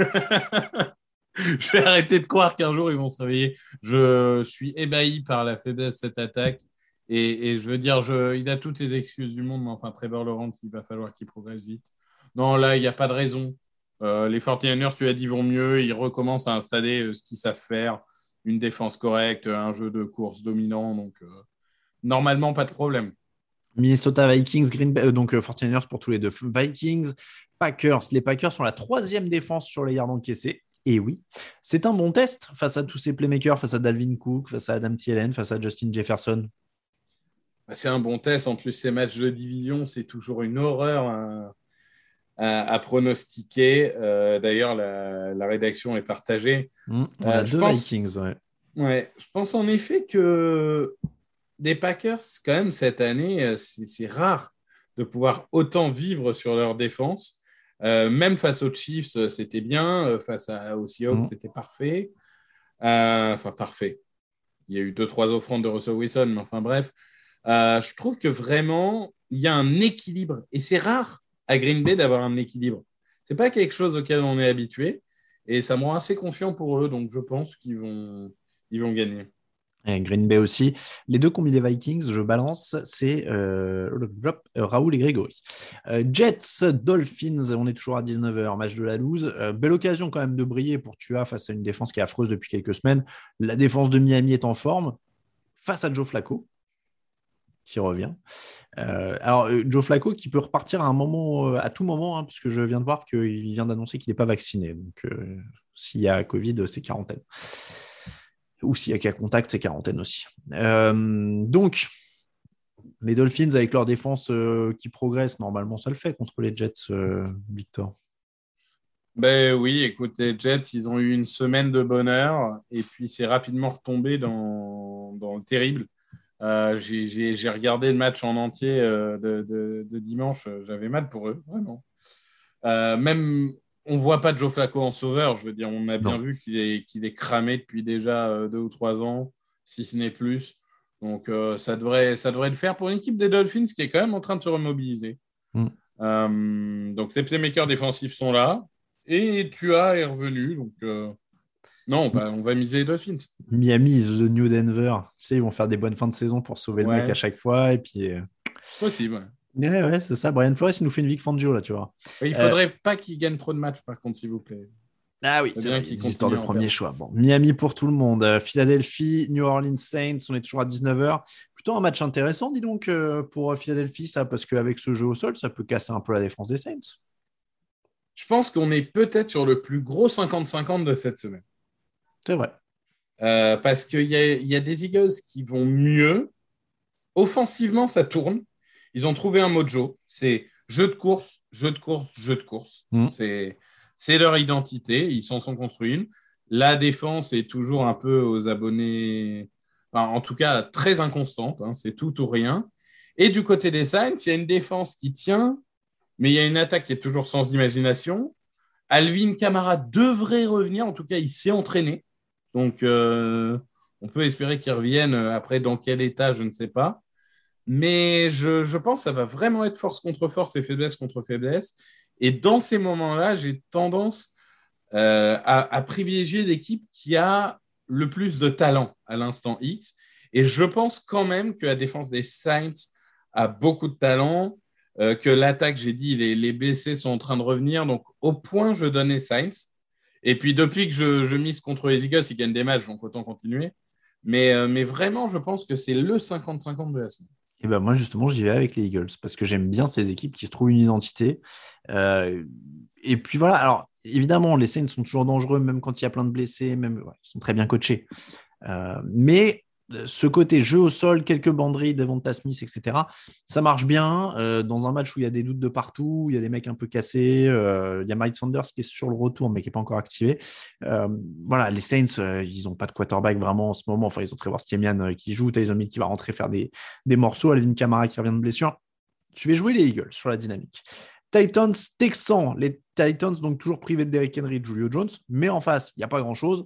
j'ai arrêté de croire qu'un jour ils vont se réveiller. Je suis ébahi par la faiblesse de cette attaque. Et, et je veux dire, je... il a toutes les excuses du monde, mais enfin, Trevor Lawrence, il va falloir qu'il progresse vite. Non, là, il n'y a pas de raison. Euh, les forty-niners, tu as dit, vont mieux. Ils recommencent à installer euh, ce qu'ils savent faire. Une défense correcte, un jeu de course dominant. Donc, euh, normalement, pas de problème. Minnesota Vikings, Green Bay, euh, donc euh, forty-niners pour tous les deux. Vikings, Packers. Les Packers sont la troisième défense sur les yards encaissés. Et oui, c'est un bon test face à tous ces playmakers, face à Dalvin Cook, face à Adam Thielen, face à Justin Jefferson. C'est un bon test. En plus, ces matchs de division, c'est toujours une horreur à, à, à pronostiquer. Euh, d'ailleurs, la, la rédaction est partagée. Mmh, on a euh, deux pense, Vikings, ouais. Ouais, je pense en effet que des Packers, quand même, cette année, c'est, c'est rare de pouvoir autant vivre sur leur défense. Euh, même face aux Chiefs, c'était bien. Face à, aux Seahawks, mmh. c'était parfait. Euh, enfin, parfait. Il y a eu deux, trois offrandes de Russell Wilson, mais enfin, bref. Euh, je trouve que vraiment, il y a un équilibre. Et c'est rare à Green Bay d'avoir un équilibre. Ce n'est pas quelque chose auquel on est habitué. Et ça me rend assez confiant pour eux. Donc, je pense qu'ils vont, ils vont gagner. Et Green Bay aussi. Les deux combinés des Vikings, je balance, c'est euh, Raoul et Grégory. Euh, Jets, Dolphins, on est toujours à dix-neuf heures, match de la loose. Euh, belle occasion quand même de briller pour Tua face à une défense qui est affreuse depuis quelques semaines. La défense de Miami est en forme face à Joe Flacco, qui revient. Euh, alors, Joe Flacco qui peut repartir à un moment, à tout moment, hein, puisque je viens de voir qu'il vient d'annoncer qu'il n'est pas vacciné. Donc, euh, s'il y a Covid, c'est quarantaine. Ou s'il y a cas contact, c'est quarantaine aussi. Euh, donc, les Dolphins, avec leur défense euh, qui progresse, normalement, ça le fait contre les Jets, euh, Victor. Ben oui, écoute, les Jets, ils ont eu une semaine de bonheur et puis c'est rapidement retombé dans, dans le terrible. Euh, j'ai, j'ai, j'ai regardé le match en entier euh, de, de, de dimanche. J'avais mal pour eux, vraiment. Euh, même, on ne voit pas Joe Flacco en sauveur. Je veux dire, on a bien non. vu qu'il est, qu'il est cramé depuis déjà euh, deux ou trois ans, si ce n'est plus. Donc, euh, ça, devrait, ça devrait le faire pour une équipe des Dolphins qui est quand même en train de se remobiliser. Mm. Euh, donc, les playmakers défensifs sont là. Et Tua est revenu. Donc, euh, non, on va, on va miser les Dolphins. Miami is the new Denver. Tu sais, ils vont faire des bonnes fins de saison pour sauver ouais. le mec à chaque fois. Et puis... euh... Possible, ouais. Ouais, ouais, c'est ça. Brian Flores, il nous fait une Vic Fangio, là, tu vois. Il ne faudrait euh... pas qu'il gagne trop de matchs, par contre, s'il vous plaît. Ah oui, c'est, c'est vrai, des histoires de premier choix. Bon, Miami pour tout le monde. Euh, Philadelphie, New Orleans Saints, on est toujours à dix-neuf heures. plutôt un match intéressant, dis donc, euh, pour Philadelphie, ça, parce qu'avec ce jeu au sol, ça peut casser un peu la défense des Saints. Je pense qu'on est peut-être sur le plus gros cinquante cinquante de cette semaine. C'est vrai. Euh, parce qu'il y a, y a des Eagles qui vont mieux. Offensivement, ça tourne. Ils ont trouvé un mojo. C'est jeu de course, jeu de course, jeu de course. Mmh. C'est, c'est leur identité. Ils s'en sont construits une. La défense est toujours un peu aux abonnés, enfin, en tout cas très inconstante. Hein, c'est tout ou rien. Et du côté des Saints, il y a une défense qui tient, mais il y a une attaque qui est toujours sans imagination. Alvin Kamara devrait revenir. En tout cas, il s'est entraîné. Donc, euh, on peut espérer qu'il revienne. Après, dans quel état, je ne sais pas. Mais je, je pense que ça va vraiment être force contre force et faiblesse contre faiblesse. Et dans ces moments-là, j'ai tendance euh, à, à privilégier l'équipe qui a le plus de talent à l'instant X. Et je pense quand même que la défense des Saints a beaucoup de talent, euh, que l'attaque, j'ai dit, les, les blessés sont en train de revenir. Donc, au point, je donne les Saints. Et puis, depuis que je, je mise contre les Eagles, ils gagnent des matchs, donc autant continuer. Mais, euh, mais vraiment, je pense que c'est le cinquante cinquante de la semaine. Et ben moi, justement, j'y vais avec les Eagles parce que j'aime bien ces équipes qui se trouvent une identité. Euh, et puis voilà, alors évidemment, les Saints sont toujours dangereux, même quand il y a plein de blessés, même, ouais, ils sont très bien coachés. Euh, mais ce côté jeu au sol, quelques banderies, Devonta Smith, et cetera, ça marche bien. Euh, dans un match où il y a des doutes de partout, il y a des mecs un peu cassés, euh, il y a Mike Sanders qui est sur le retour, mais qui n'est pas encore activé. Euh, voilà, les Saints, euh, ils n'ont pas de quarterback vraiment en ce moment. Enfin, ils ont Trevor Siemian euh, qui joue, Tyson Hill qui va rentrer faire des, des morceaux, Alvin Kamara qui revient de blessure. Je vais jouer les Eagles sur la dynamique. Titans, Texans. Les Titans, donc toujours privés de Derrick Henry, de Julio Jones, mais en face, il n'y a pas grand-chose.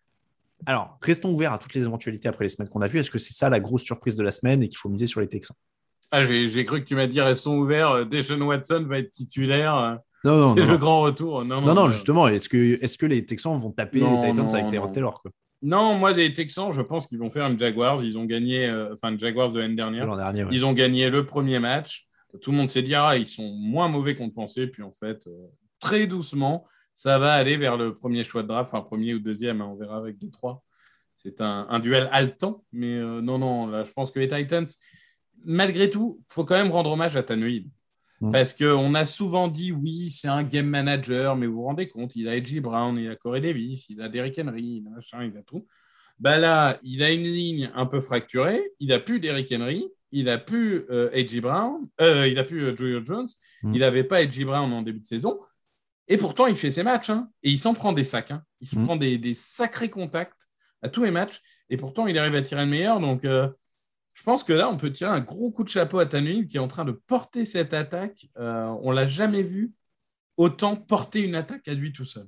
Alors, restons ouverts à toutes les éventualités après les semaines qu'on a vues. Est-ce que c'est ça la grosse surprise de la semaine et qu'il faut miser sur les Texans? Ah, j'ai, j'ai cru que tu m'as dit restons ouverts. Deshaun Watson va être titulaire. Non, non, c'est non, le non. grand retour. Non, non, non, non non justement. Est-ce que, est-ce que les Texans vont taper non, les Titans non, avec non. Tyrod Taylor quoi? Non, moi, les Texans, je pense qu'ils vont faire une Jaguars. Ils ont gagné, euh, enfin, une Jaguars de l'année dernière. L'an dernier, ouais. Ils ont gagné le premier match. Tout le monde s'est dit, ah, ils sont moins mauvais qu'on ne pensait. Puis en fait, euh, très doucement, ça va aller vers le premier choix de draft, enfin, premier ou deuxième. Hein, on verra avec deux trois. C'est un, un duel haletant, mais euh, non, non, là, je pense que les Titans, malgré tout, il faut quand même rendre hommage à Tannehill. Mmh. Parce qu'on a souvent dit, oui, c'est un game manager, mais vous vous rendez compte, il a A J Brown, il a Corey Davis, il a Derrick Henry, il a machin, il a tout. Bah là, il a une ligne un peu fracturée, il n'a plus Derrick Henry, il n'a plus euh, A J Brown, euh, il n'a plus euh, Julio Jones, mmh. il n'avait pas A J Brown en début de saison, et pourtant, il fait ses matchs, hein, et il s'en prend des sacs, hein, il se mmh. prend des, des sacrés contacts à tous les matchs, et pourtant, il arrive à tirer le meilleur. Donc, euh, je pense que là, on peut tirer un gros coup de chapeau à Tannehill qui est en train de porter cette attaque. Euh, on ne l'a jamais vu autant porter une attaque à lui tout seul.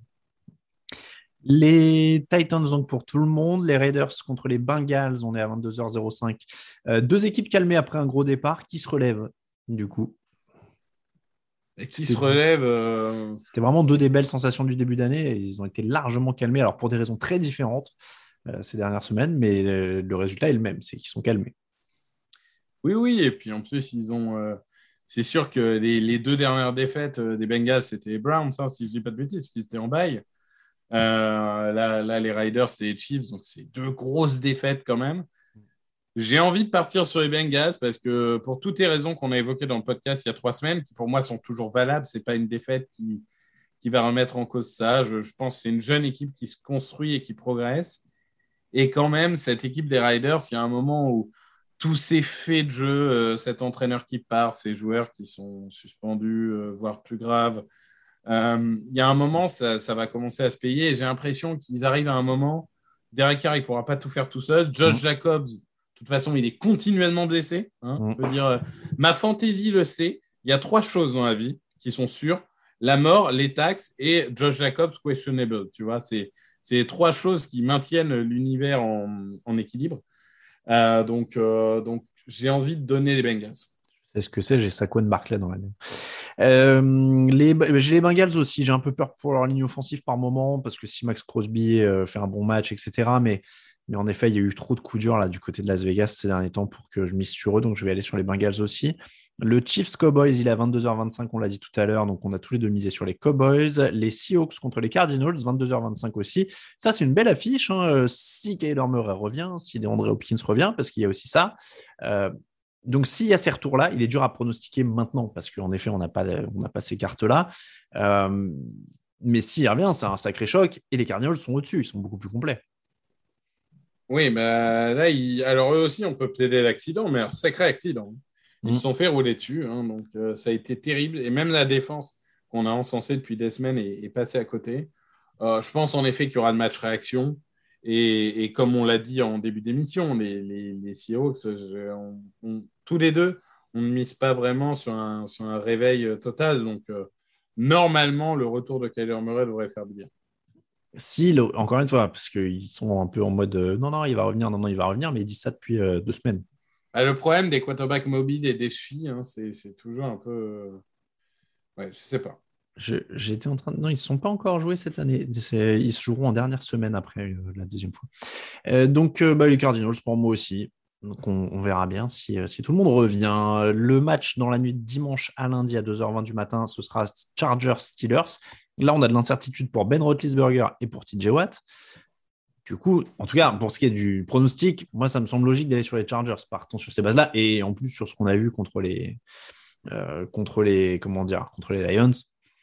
Les Titans, donc pour tout le monde. Les Raiders contre les Bengals, on est à vingt-deux heures zéro cinq. Euh, deux équipes calmées après un gros départ. Qui se relève, du coup? Et qui C'était... se relève euh... C'était vraiment deux des belles sensations du début d'année. Et ils ont été largement calmés, alors pour des raisons très différentes. Ces dernières semaines, mais le résultat est le même, c'est qu'ils sont calmés. Oui, oui, et puis en plus, ils ont. Euh, c'est sûr que les, les deux dernières défaites euh, des Bengals, c'était les Browns, hein, si je ne dis pas de bêtises, qui étaient en bail. Euh, là, là, les Raiders, c'était les Chiefs, donc c'est deux grosses défaites quand même. J'ai envie de partir sur les Bengals parce que pour toutes les raisons qu'on a évoquées dans le podcast il y a trois semaines, qui pour moi sont toujours valables, ce n'est pas une défaite qui, qui va remettre en cause ça. Je, je pense que c'est une jeune équipe qui se construit et qui progresse. Et quand même, cette équipe des Raiders, il y a un moment où tous ces faits de jeu, euh, cet entraîneur qui part, ces joueurs qui sont suspendus, euh, voire plus grave, euh, il y a un moment, ça, ça va commencer à se payer. Et j'ai l'impression qu'ils arrivent à un moment, Derek Carr, il ne pourra pas tout faire tout seul. Josh mmh. Jacobs, de toute façon, il est continuellement blessé. Hein. Mmh. Je veux dire, euh, ma fantaisie le sait. Il y a trois choses dans la vie qui sont sûres. La mort, les taxes et Josh Jacobs questionable. Tu vois, c'est... C'est trois choses qui maintiennent l'univers en, en équilibre. Euh, donc, euh, donc, j'ai envie de donner les Bengals. Je sais ce que c'est, j'ai Saquon Barkley dans la main. Euh, les, j'ai les Bengals aussi. J'ai un peu peur pour leur ligne offensive par moment parce que si Max Crosby euh, fait un bon match, et cetera. Mais Mais en effet, il y a eu trop de coups durs là, du côté de Las Vegas ces derniers temps pour que je mise sur eux. Donc, je vais aller sur les Bengals aussi. Le Chiefs Cowboys, il est à vingt-deux heures vingt-cinq, on l'a dit tout à l'heure. Donc, on a tous les deux misé sur les Cowboys. Les Seahawks contre les Cardinals, vingt-deux heures vingt-cinq aussi. Ça, c'est une belle affiche. Hein. Si Kyler Murray revient, si DeAndre Hopkins revient, parce qu'il y a aussi ça. Euh, donc, s'il y a ces retours-là, il est dur à pronostiquer maintenant parce qu'en effet, on n'a pas, on n'a pas ces cartes-là. Euh, mais s'il revient, c'est un sacré choc. Et les Cardinals sont au-dessus, ils sont beaucoup plus complets. Oui, mais là, il... alors eux aussi, on peut plaider l'accident, mais un sacré accident. Ils mmh. se sont fait rouler dessus, hein, donc euh, ça a été terrible. Et même la défense qu'on a encensée depuis des semaines est, est passée à côté. Euh, je pense en effet qu'il y aura le match réaction. Et, et comme on l'a dit en début d'émission, les, les, les Seahawks, je, on, on, tous les deux, on ne mise pas vraiment sur un, sur un réveil total. Donc, euh, normalement, le retour de Kyler Murray devrait faire du bien. Si, encore une fois, parce qu'ils sont un peu en mode euh, non, non, il va revenir, non, non, il va revenir, mais ils disent ça depuis euh, deux semaines. Ah, le problème des quarterbacks mobiles et des chevilles, hein, c'est, c'est toujours un peu. Euh... Ouais, je sais pas. Je, j'étais en train de. Non, ils ne sont pas encore joués cette année. C'est... Ils se joueront en dernière semaine après euh, la deuxième fois. Euh, donc, euh, bah, les Cardinals, pour moi aussi. Donc, on, on verra bien si, euh, si tout le monde revient. Le match dans la nuit de dimanche à lundi à deux heures vingt du matin, ce sera Chargers-Steelers. Là, on a de l'incertitude pour Ben Roethlisberger et pour T J Watt. Du coup, en tout cas, pour ce qui est du pronostic, moi, ça me semble logique d'aller sur les Chargers, partons sur ces bases-là. Et en plus, sur ce qu'on a vu contre les, euh, contre les, comment dire, contre les Lions,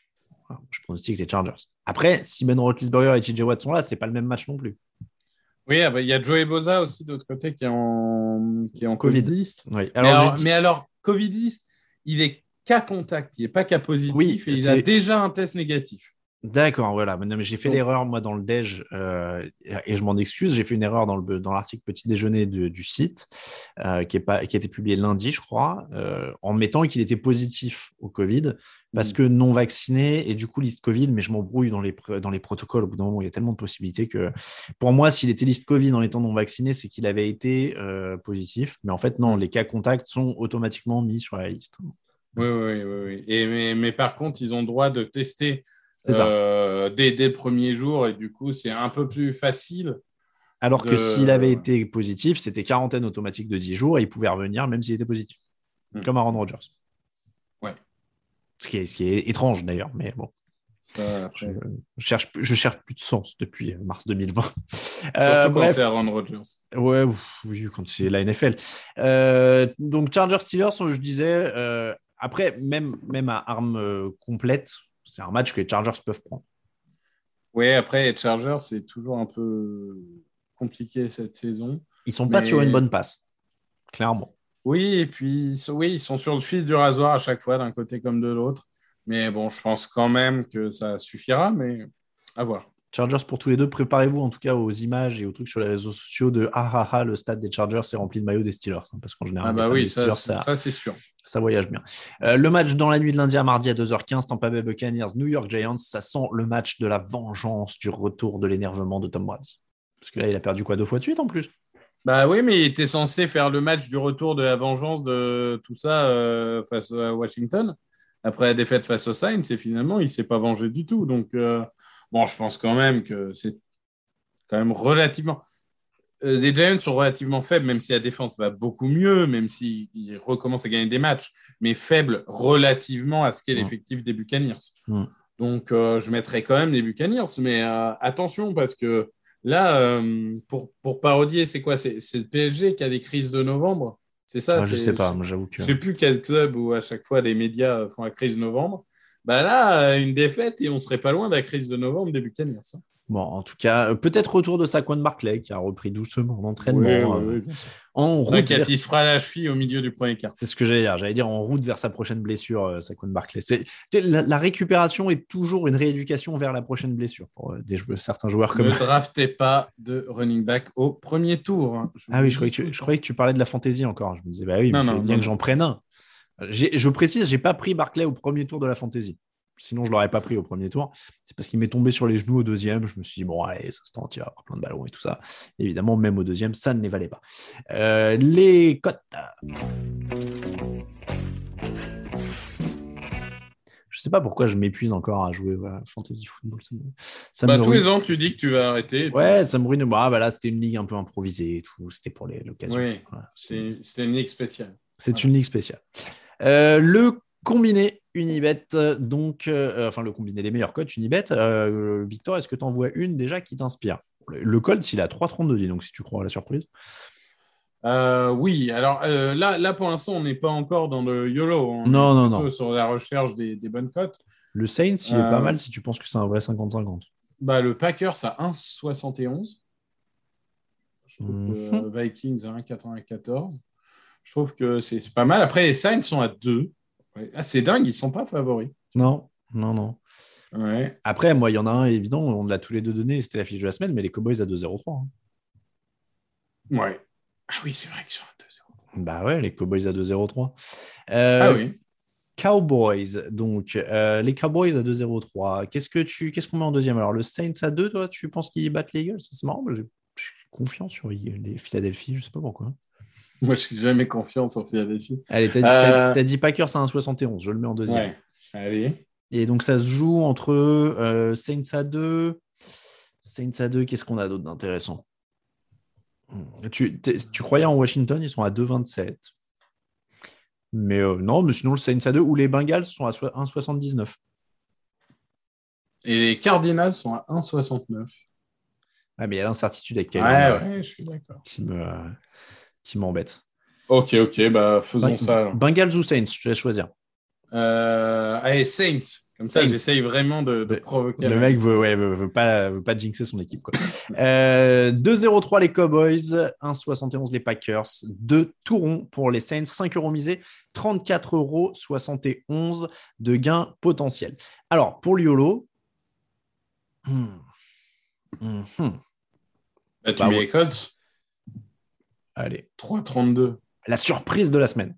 je pronostique les Chargers. Après, si Ben Roethlisberger et T J Watt sont là, c'est pas le même match non plus. Oui, il bah, y a Joey Bosa aussi de l'autre côté qui est en, qui est en Covid. Covidiste. Oui. Alors, mais, alors, dit... mais alors, Covidiste, il est cas contact, il n'est pas cas positif oui, et il a déjà un test négatif. D'accord, voilà. Mais j'ai fait Donc, l'erreur, moi, dans le déj, euh, et je m'en excuse. J'ai fait une erreur dans, le, dans l'article Petit Déjeuner de, du site, euh, qui, est pas, qui a été publié lundi, je crois, euh, en mettant qu'il était positif au Covid, parce mmh. que non vacciné, et du coup, liste Covid, mais je m'embrouille dans les, dans les protocoles. Au bout d'un moment, il y a tellement de possibilités que, pour moi, s'il était liste Covid en étant non vacciné, c'est qu'il avait été euh, positif. Mais en fait, non, les cas contacts sont automatiquement mis sur la liste. Oui, oui, oui. oui. Et, mais, mais par contre, ils ont le droit de tester C'est ça. Euh, dès, dès le premier jour, et du coup, c'est un peu plus facile. Alors de... que s'il avait été positif, c'était quarantaine automatique de dix jours et il pouvait revenir même s'il était positif. Mmh. Comme Aaron Rodgers. Ouais. Ce qui est, ce qui est étrange d'ailleurs, mais bon. Ça, je, je, cherche, je cherche plus de sens depuis mars deux mille vingt. Surtout euh, quand bref. c'est Aaron Rodgers. Ouais, oui, quand c'est la N F L. Euh, donc, Chargers-Steelers, je disais, euh, après, même, même à arme euh, complète, c'est un match que les Chargers peuvent prendre. Oui, après, les Chargers, c'est toujours un peu compliqué cette saison. Ils ne sont mais... pas sur une bonne passe, clairement. Oui, et puis oui, ils sont sur le fil du rasoir à chaque fois, d'un côté comme de l'autre. Mais bon, je pense quand même que ça suffira, mais à voir. Chargers pour tous les deux, préparez-vous en tout cas aux images et aux trucs sur les réseaux sociaux de ah ah ah, le stade des Chargers est rempli de maillots des Steelers. Hein, parce qu'en général, ah bah oui, ça, Steelers, ça, ça, c'est sûr. Ça voyage bien. Euh, le match dans la nuit de lundi à mardi à deux heures quinze, Tampa Bay Buccaneers, New York Giants, ça sent le match de la vengeance, du retour de l'énervement de Tom Brady. Parce que là, il a perdu quoi, deux fois de suite en plus. Bah oui, mais il était censé faire le match du retour de la vengeance de tout ça euh, face à Washington. Après la défaite face aux Saints, et finalement, il ne s'est pas vengé du tout. Donc, euh, bon, je pense quand même que c'est quand même relativement... Euh, les Giants sont relativement faibles, même si la défense va beaucoup mieux, même s'ils recommencent à gagner des matchs, mais faibles relativement à ce qu'est l'effectif des Buccaneers. Mm. Donc, euh, je mettrais quand même les Buccaneers, mais euh, attention, parce que là, euh, pour, pour parodier, c'est quoi c'est, c'est le P S G qui a des crises de novembre. C'est ça. Moi, je c'est, sais pas, moi, j'avoue que. Je sais plus quel club où à chaque fois les médias font la crise de novembre. Bah là, une défaite et on serait pas loin de la crise de novembre des Buccaneers. Hein. Bon, en tout cas, peut-être retour de Saquon Barkley qui a repris doucement l'entraînement. Oui, oui, oui. En route. Vers... Il se fera la cheville au milieu du premier quart. C'est ce que j'allais dire. J'allais dire en route vers sa prochaine blessure, euh, Saquon Barkley. C'est... La, la récupération est toujours une rééducation vers la prochaine blessure pour euh, des joueurs, certains joueurs comme. Ne draftez pas de running back au premier tour. Hein. Ah oui, je croyais, que tu, je croyais que tu parlais de la fantaisie encore. Je me disais, bah oui, mais il fallait bien non. que j'en prenne un. J'ai, je précise, j'ai pas pris Barkley au premier tour de la fantaisie. Sinon, je ne l'aurais pas pris au premier tour. C'est parce qu'il m'est tombé sur les genoux au deuxième. Je me suis dit, bon, allez, ça se tente, il va y avoir plein de ballons et tout ça. Et évidemment, même au deuxième, ça ne les valait pas. Euh, les cotes. Je ne sais pas pourquoi je m'épuise encore à jouer à Fantasy Football. Ça me, ça bah, me tous ruine. les ans, tu dis que tu vas arrêter. Ouais, ça me ruine. Bah, bah là, c'était une ligue un peu improvisée et tout. C'était pour les, l'occasion. Oui, voilà. c'est, c'était une ligue spéciale. C'est voilà. une ligue spéciale. Euh, le combiné Unibet, donc, euh, enfin, le combiné les meilleurs cotes Unibet. Euh, Victor, est-ce que tu en vois une déjà qui t'inspire? Le, le Colts, il a trois trente-deux, dis donc, si tu crois à la surprise. Euh, oui, alors euh, là, là, pour l'instant, on n'est pas encore dans le YOLO. On non, est non, plutôt non. sur la recherche des, des bonnes cotes. Le Saints, il euh, est pas mal si tu penses que c'est un vrai cinquante cinquante. Bah, le Packers à un virgule soixante et onze. Je trouve mm-hmm. que Vikings à un virgule quatre-vingt-quatorze. Je trouve que c'est, c'est pas mal. Après, les Saints sont à deux. Ouais. Ah, c'est dingue, ils ne sont pas favoris. Non, non, non. Ouais. Après, moi, il y en a un, évident, on l'a tous les deux donné, c'était la fiche de la semaine, mais les Cowboys à deux zéro trois. Hein. Ouais. Ah oui, c'est vrai qu'ils sont à deux zéro. Bah ouais, les Cowboys à deux zéro trois. Euh, ah oui. Cowboys, donc euh, les Cowboys à deux zéro trois. Qu'est-ce, que tu, qu'est-ce qu'on met en deuxième? Alors, le Saints à deux, toi, tu penses qu'ils battent les Eagles? C'est marrant, j'ai, je suis confiant sur les Philadelphie, je sais pas pourquoi. Moi, je n'ai jamais confiance en Philadelphie. Allez, t'as, euh... t'as, t'as dit Packers à un virgule soixante et onze, je le mets en deuxième. Ouais, allez. Et donc, ça se joue entre euh, Saints à deux. Saints à deux, qu'est-ce qu'on a d'autre d'intéressant? Tu, tu croyais en Washington, ils sont à deux vingt-sept. Mais euh, non, mais sinon, le Saints à deux ou les Bengals sont à un virgule soixante-dix-neuf. Et les Cardinals sont à un virgule soixante-neuf. Ah, mais il y a l'incertitude avec Kyler Ouais, ouais, je suis d'accord. Qui, me, qui m'embête. Ok, ok, bah faisons ben, ça. Alors. Bengals ou Saints, je te laisse choisir. Euh, allez, Saints. Comme ça, Saints. J'essaye vraiment de, de provoquer. Le mec veut, ouais, veut, veut, pas, veut pas jinxer son équipe. Quoi. euh, deux zéro trois les Cowboys, un virgule soixante et onze les Packers, deux tout rond pour les Saints, cinq euros misés, trente-quatre euros soixante et onze de gains potentiels. Alors, pour le YOLO, hmm, hmm, hmm. Là, tu bah, mets ouais. les Colts. Allez. trois trente-deux. La surprise de la semaine.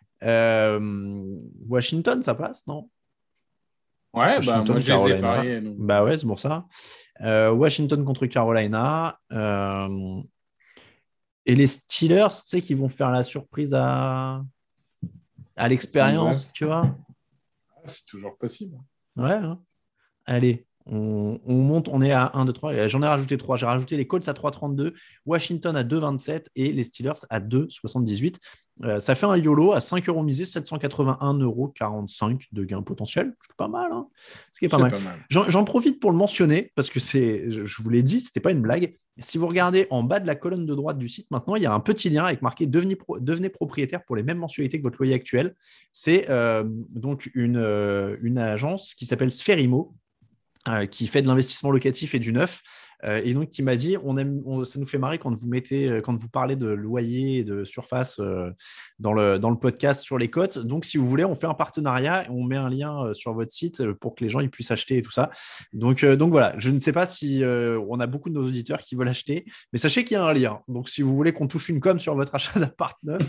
Euh, Washington, ça passe, non? Ouais, Washington, bah moi, je Carolina. les ai pariés. Donc... Bah ouais, c'est pour ça. Euh, Washington contre Carolina. Euh, et les Steelers, tu sais, qui vont faire la surprise à, à l'expérience, tu vois? C'est toujours possible. Ouais. Hein. Allez. On, on monte, on est à un, deux, trois. J'en ai rajouté trois. J'ai rajouté les Colts à trois trente-deux, Washington à deux vingt-sept et les Steelers à deux soixante-dix-huit. Euh, ça fait un YOLO à cinq euros misés, sept cent quatre-vingt-un euros quarante-cinq de gains potentiels. C'est pas mal. Hein, ce qui est pas c'est mal. pas mal. J'en, j'en profite pour le mentionner parce que c'est, je vous l'ai dit, c'était pas une blague. Si vous regardez en bas de la colonne de droite du site, maintenant, il y a un petit lien avec marqué devenez, pro, devenez propriétaire pour les mêmes mensualités que votre loyer actuel. C'est euh, donc une, euh, une agence qui s'appelle Sferimo. Euh, qui fait de l'investissement locatif et du neuf, euh, et donc qui m'a dit on aime, on, ça nous fait marrer quand vous mettez, quand vous parlez de loyer et de surface euh, dans, le, dans le podcast sur les cotes. Donc, si vous voulez, on fait un partenariat et on met un lien euh, sur votre site pour que les gens ils puissent acheter et tout ça. Donc, euh, donc voilà, je ne sais pas si euh, on a beaucoup de nos auditeurs qui veulent acheter, mais sachez qu'il y a un lien. Donc, si vous voulez qu'on touche une com sur votre achat d'appart neuf,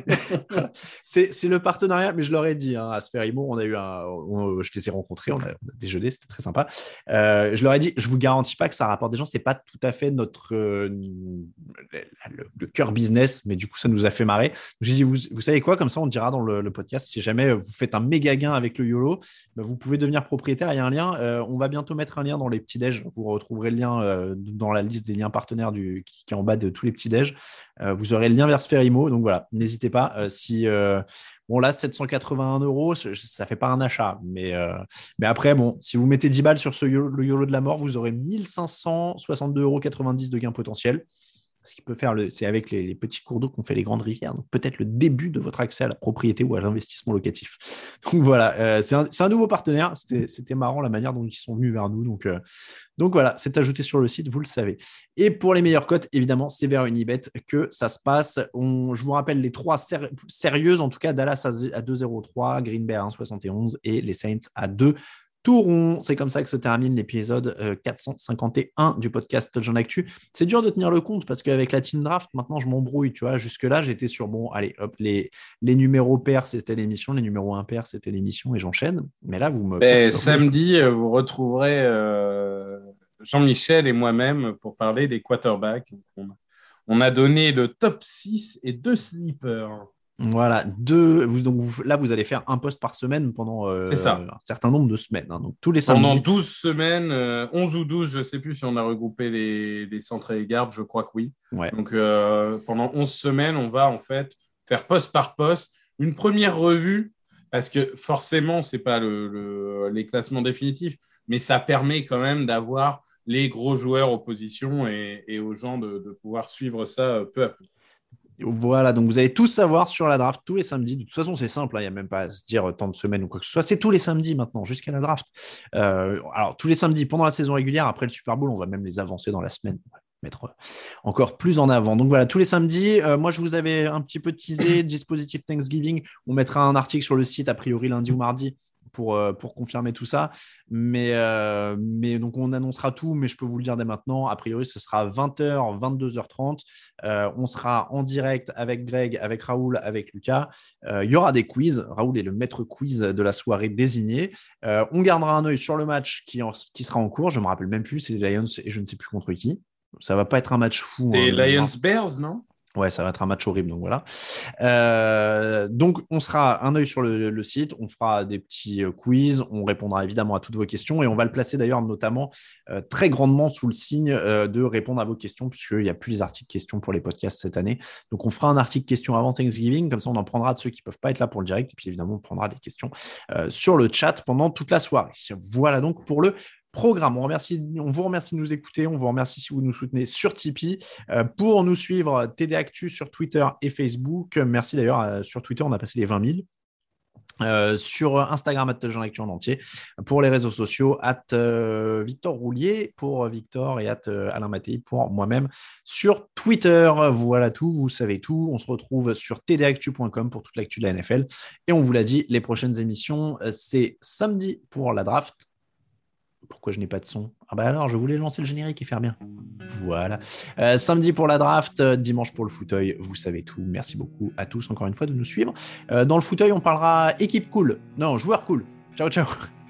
c'est, c'est le partenariat. Mais je leur ai dit hein, à Sferimo, on a eu un, on, je les ai rencontrés, on a, on a déjeuné, c'était très sympa. Euh, je leur ai dit, je vous garantis pas que ça rapporte des gens, c'est pas tout à fait notre euh, le, le cœur business, mais du coup ça nous a fait marrer. J'ai dit, vous, vous savez quoi, comme ça on le dira dans le, le podcast, si jamais vous faites un méga gain avec le YOLO, bah, vous pouvez devenir propriétaire. Il y a un lien, euh, on va bientôt mettre un lien dans les petits déj. Vous retrouverez le lien euh, dans la liste des liens partenaires du, qui, qui est en bas de tous les petits déj. Euh, vous aurez le lien vers Sferimo, donc voilà, n'hésitez pas. Euh, si euh, Bon, là, sept cent quatre-vingt-un euros, ça ne fait pas un achat. Mais, euh, mais après, bon, si vous mettez dix balles sur ce YOLO, le YOLO de la mort, vous aurez mille cinq cent soixante-deux euros quatre-vingt-dix de gains potentiels. Ce qui peut faire, le, c'est avec les, les petits cours d'eau qu'on fait les grandes rivières. Donc, peut-être le début de votre accès à la propriété ou à l'investissement locatif. Donc, voilà, euh, c'est, un, c'est un nouveau partenaire. C'était, c'était marrant la manière dont ils sont venus vers nous. Donc, euh, donc voilà, c'est ajouté sur le site, vous le savez. Et pour les meilleures cotes, évidemment, c'est vers Unibet que ça se passe. On, je vous rappelle les trois ser- sérieuses, en tout cas, Dallas à deux zéro trois, Green Bay à un virgule soixante et onze et les Saints à deux. Tout rond, c'est comme ça que se termine l'épisode quatre cent cinquante et un du podcast Touchdown Actu. C'est dur de tenir le compte parce qu'avec la team draft, maintenant je m'embrouille, tu vois. Jusque-là, j'étais sur bon, allez, hop, les, les numéros pairs, c'était l'émission, les numéros impairs, c'était l'émission et j'enchaîne. Mais là, vous me. Ben, samedi, vous retrouverez euh, Jean-Michel et moi-même pour parler des quarterbacks. On a, on a donné le top six et deux sleepers. Voilà, deux, vous, donc vous, là, vous allez faire un post par semaine pendant euh, un certain nombre de semaines. Hein, donc tous les samedis. Pendant douze semaines, euh, onze ou douze, je ne sais plus si on a regroupé les, les centres et les gardes, je crois que oui. Ouais. Donc euh, pendant onze semaines, on va en fait faire post par post une première revue, parce que forcément, ce n'est pas le, le, les classements définitifs, mais ça permet quand même d'avoir les gros joueurs opposition et, et aux gens de, de pouvoir suivre ça peu à peu. Voilà, donc vous allez tout savoir sur la draft tous les samedis. De toute façon, c'est simple, il hein, n'y a même pas à se dire tant de semaines ou quoi que ce soit. C'est tous les samedis maintenant, jusqu'à la draft. Euh, alors, tous les samedis pendant la saison régulière, après le Super Bowl, on va même les avancer dans la semaine, mettre encore plus en avant. Donc voilà, tous les samedis. Euh, moi, je vous avais un petit peu teasé Dispositive Thanksgiving. On mettra un article sur le site, a priori lundi ou mardi, pour, euh, pour confirmer tout ça. Mais, euh, mais donc, on annoncera tout, mais je peux vous le dire dès maintenant. A priori, ce sera vingt heures, vingt-deux heures trente. Euh, on sera en direct avec Greg, avec Raoul, avec Lucas. Euh, il y aura des quiz. Raoul est le maître quiz de la soirée désigné. Euh, on gardera un œil sur le match qui, en, qui sera en cours. Je ne me rappelle même plus, c'est les Lions et je ne sais plus contre qui. Ça ne va pas être un match fou. Et hein, Lions-Bears, non ? Ouais, ça va être un match horrible, donc voilà. Euh, donc, on sera un œil sur le, le site, on fera des petits quiz, on répondra évidemment à toutes vos questions et on va le placer d'ailleurs notamment euh, très grandement sous le signe euh, de répondre à vos questions puisqu'il n'y a plus les articles questions pour les podcasts cette année. Donc, on fera un article questions avant Thanksgiving, comme ça on en prendra de ceux qui ne peuvent pas être là pour le direct et puis évidemment on prendra des questions euh, sur le chat pendant toute la soirée. Voilà donc pour le programme. On, remercie, on vous remercie de nous écouter. On vous remercie si vous nous soutenez sur Tipeee. Euh, pour nous suivre, T D Actu sur Twitter et Facebook. Merci d'ailleurs. Euh, sur Twitter, on a passé les vingt mille. Euh, sur Instagram, at Touchdown Actu en entier. Pour les réseaux sociaux, at euh, Victor Roulier pour Victor et at euh, Alain Mattei pour moi-même sur Twitter. Voilà tout, vous savez tout. On se retrouve sur t d actu point com pour toute l'actu de la N F L. Et on vous l'a dit, les prochaines émissions, c'est samedi pour la draft. Pourquoi je n'ai pas de son ? Ah bah alors, je voulais lancer le générique et faire bien. Voilà. Euh, samedi pour la draft, euh, dimanche pour le fauteuil, vous savez tout. Merci beaucoup à tous encore une fois de nous suivre. Euh, dans le fauteuil, on parlera équipe cool. Non, joueur cool. Ciao, ciao.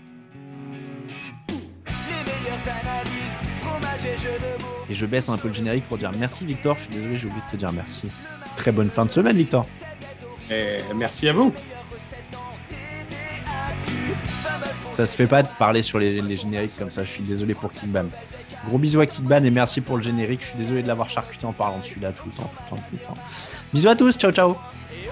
Et je baisse un peu le générique pour dire merci Victor. Je suis désolé, j'ai oublié de te dire merci. Très bonne fin de semaine, Victor. Et merci à vous. Ça se fait pas de parler sur les, les génériques comme ça. Je suis désolé pour Kickban. Gros bisous à Kickban et merci pour le générique. Je suis désolé de l'avoir charcuté en parlant de celui-là tout le temps, tout le temps, tout le temps. Bisous à tous. Ciao, ciao.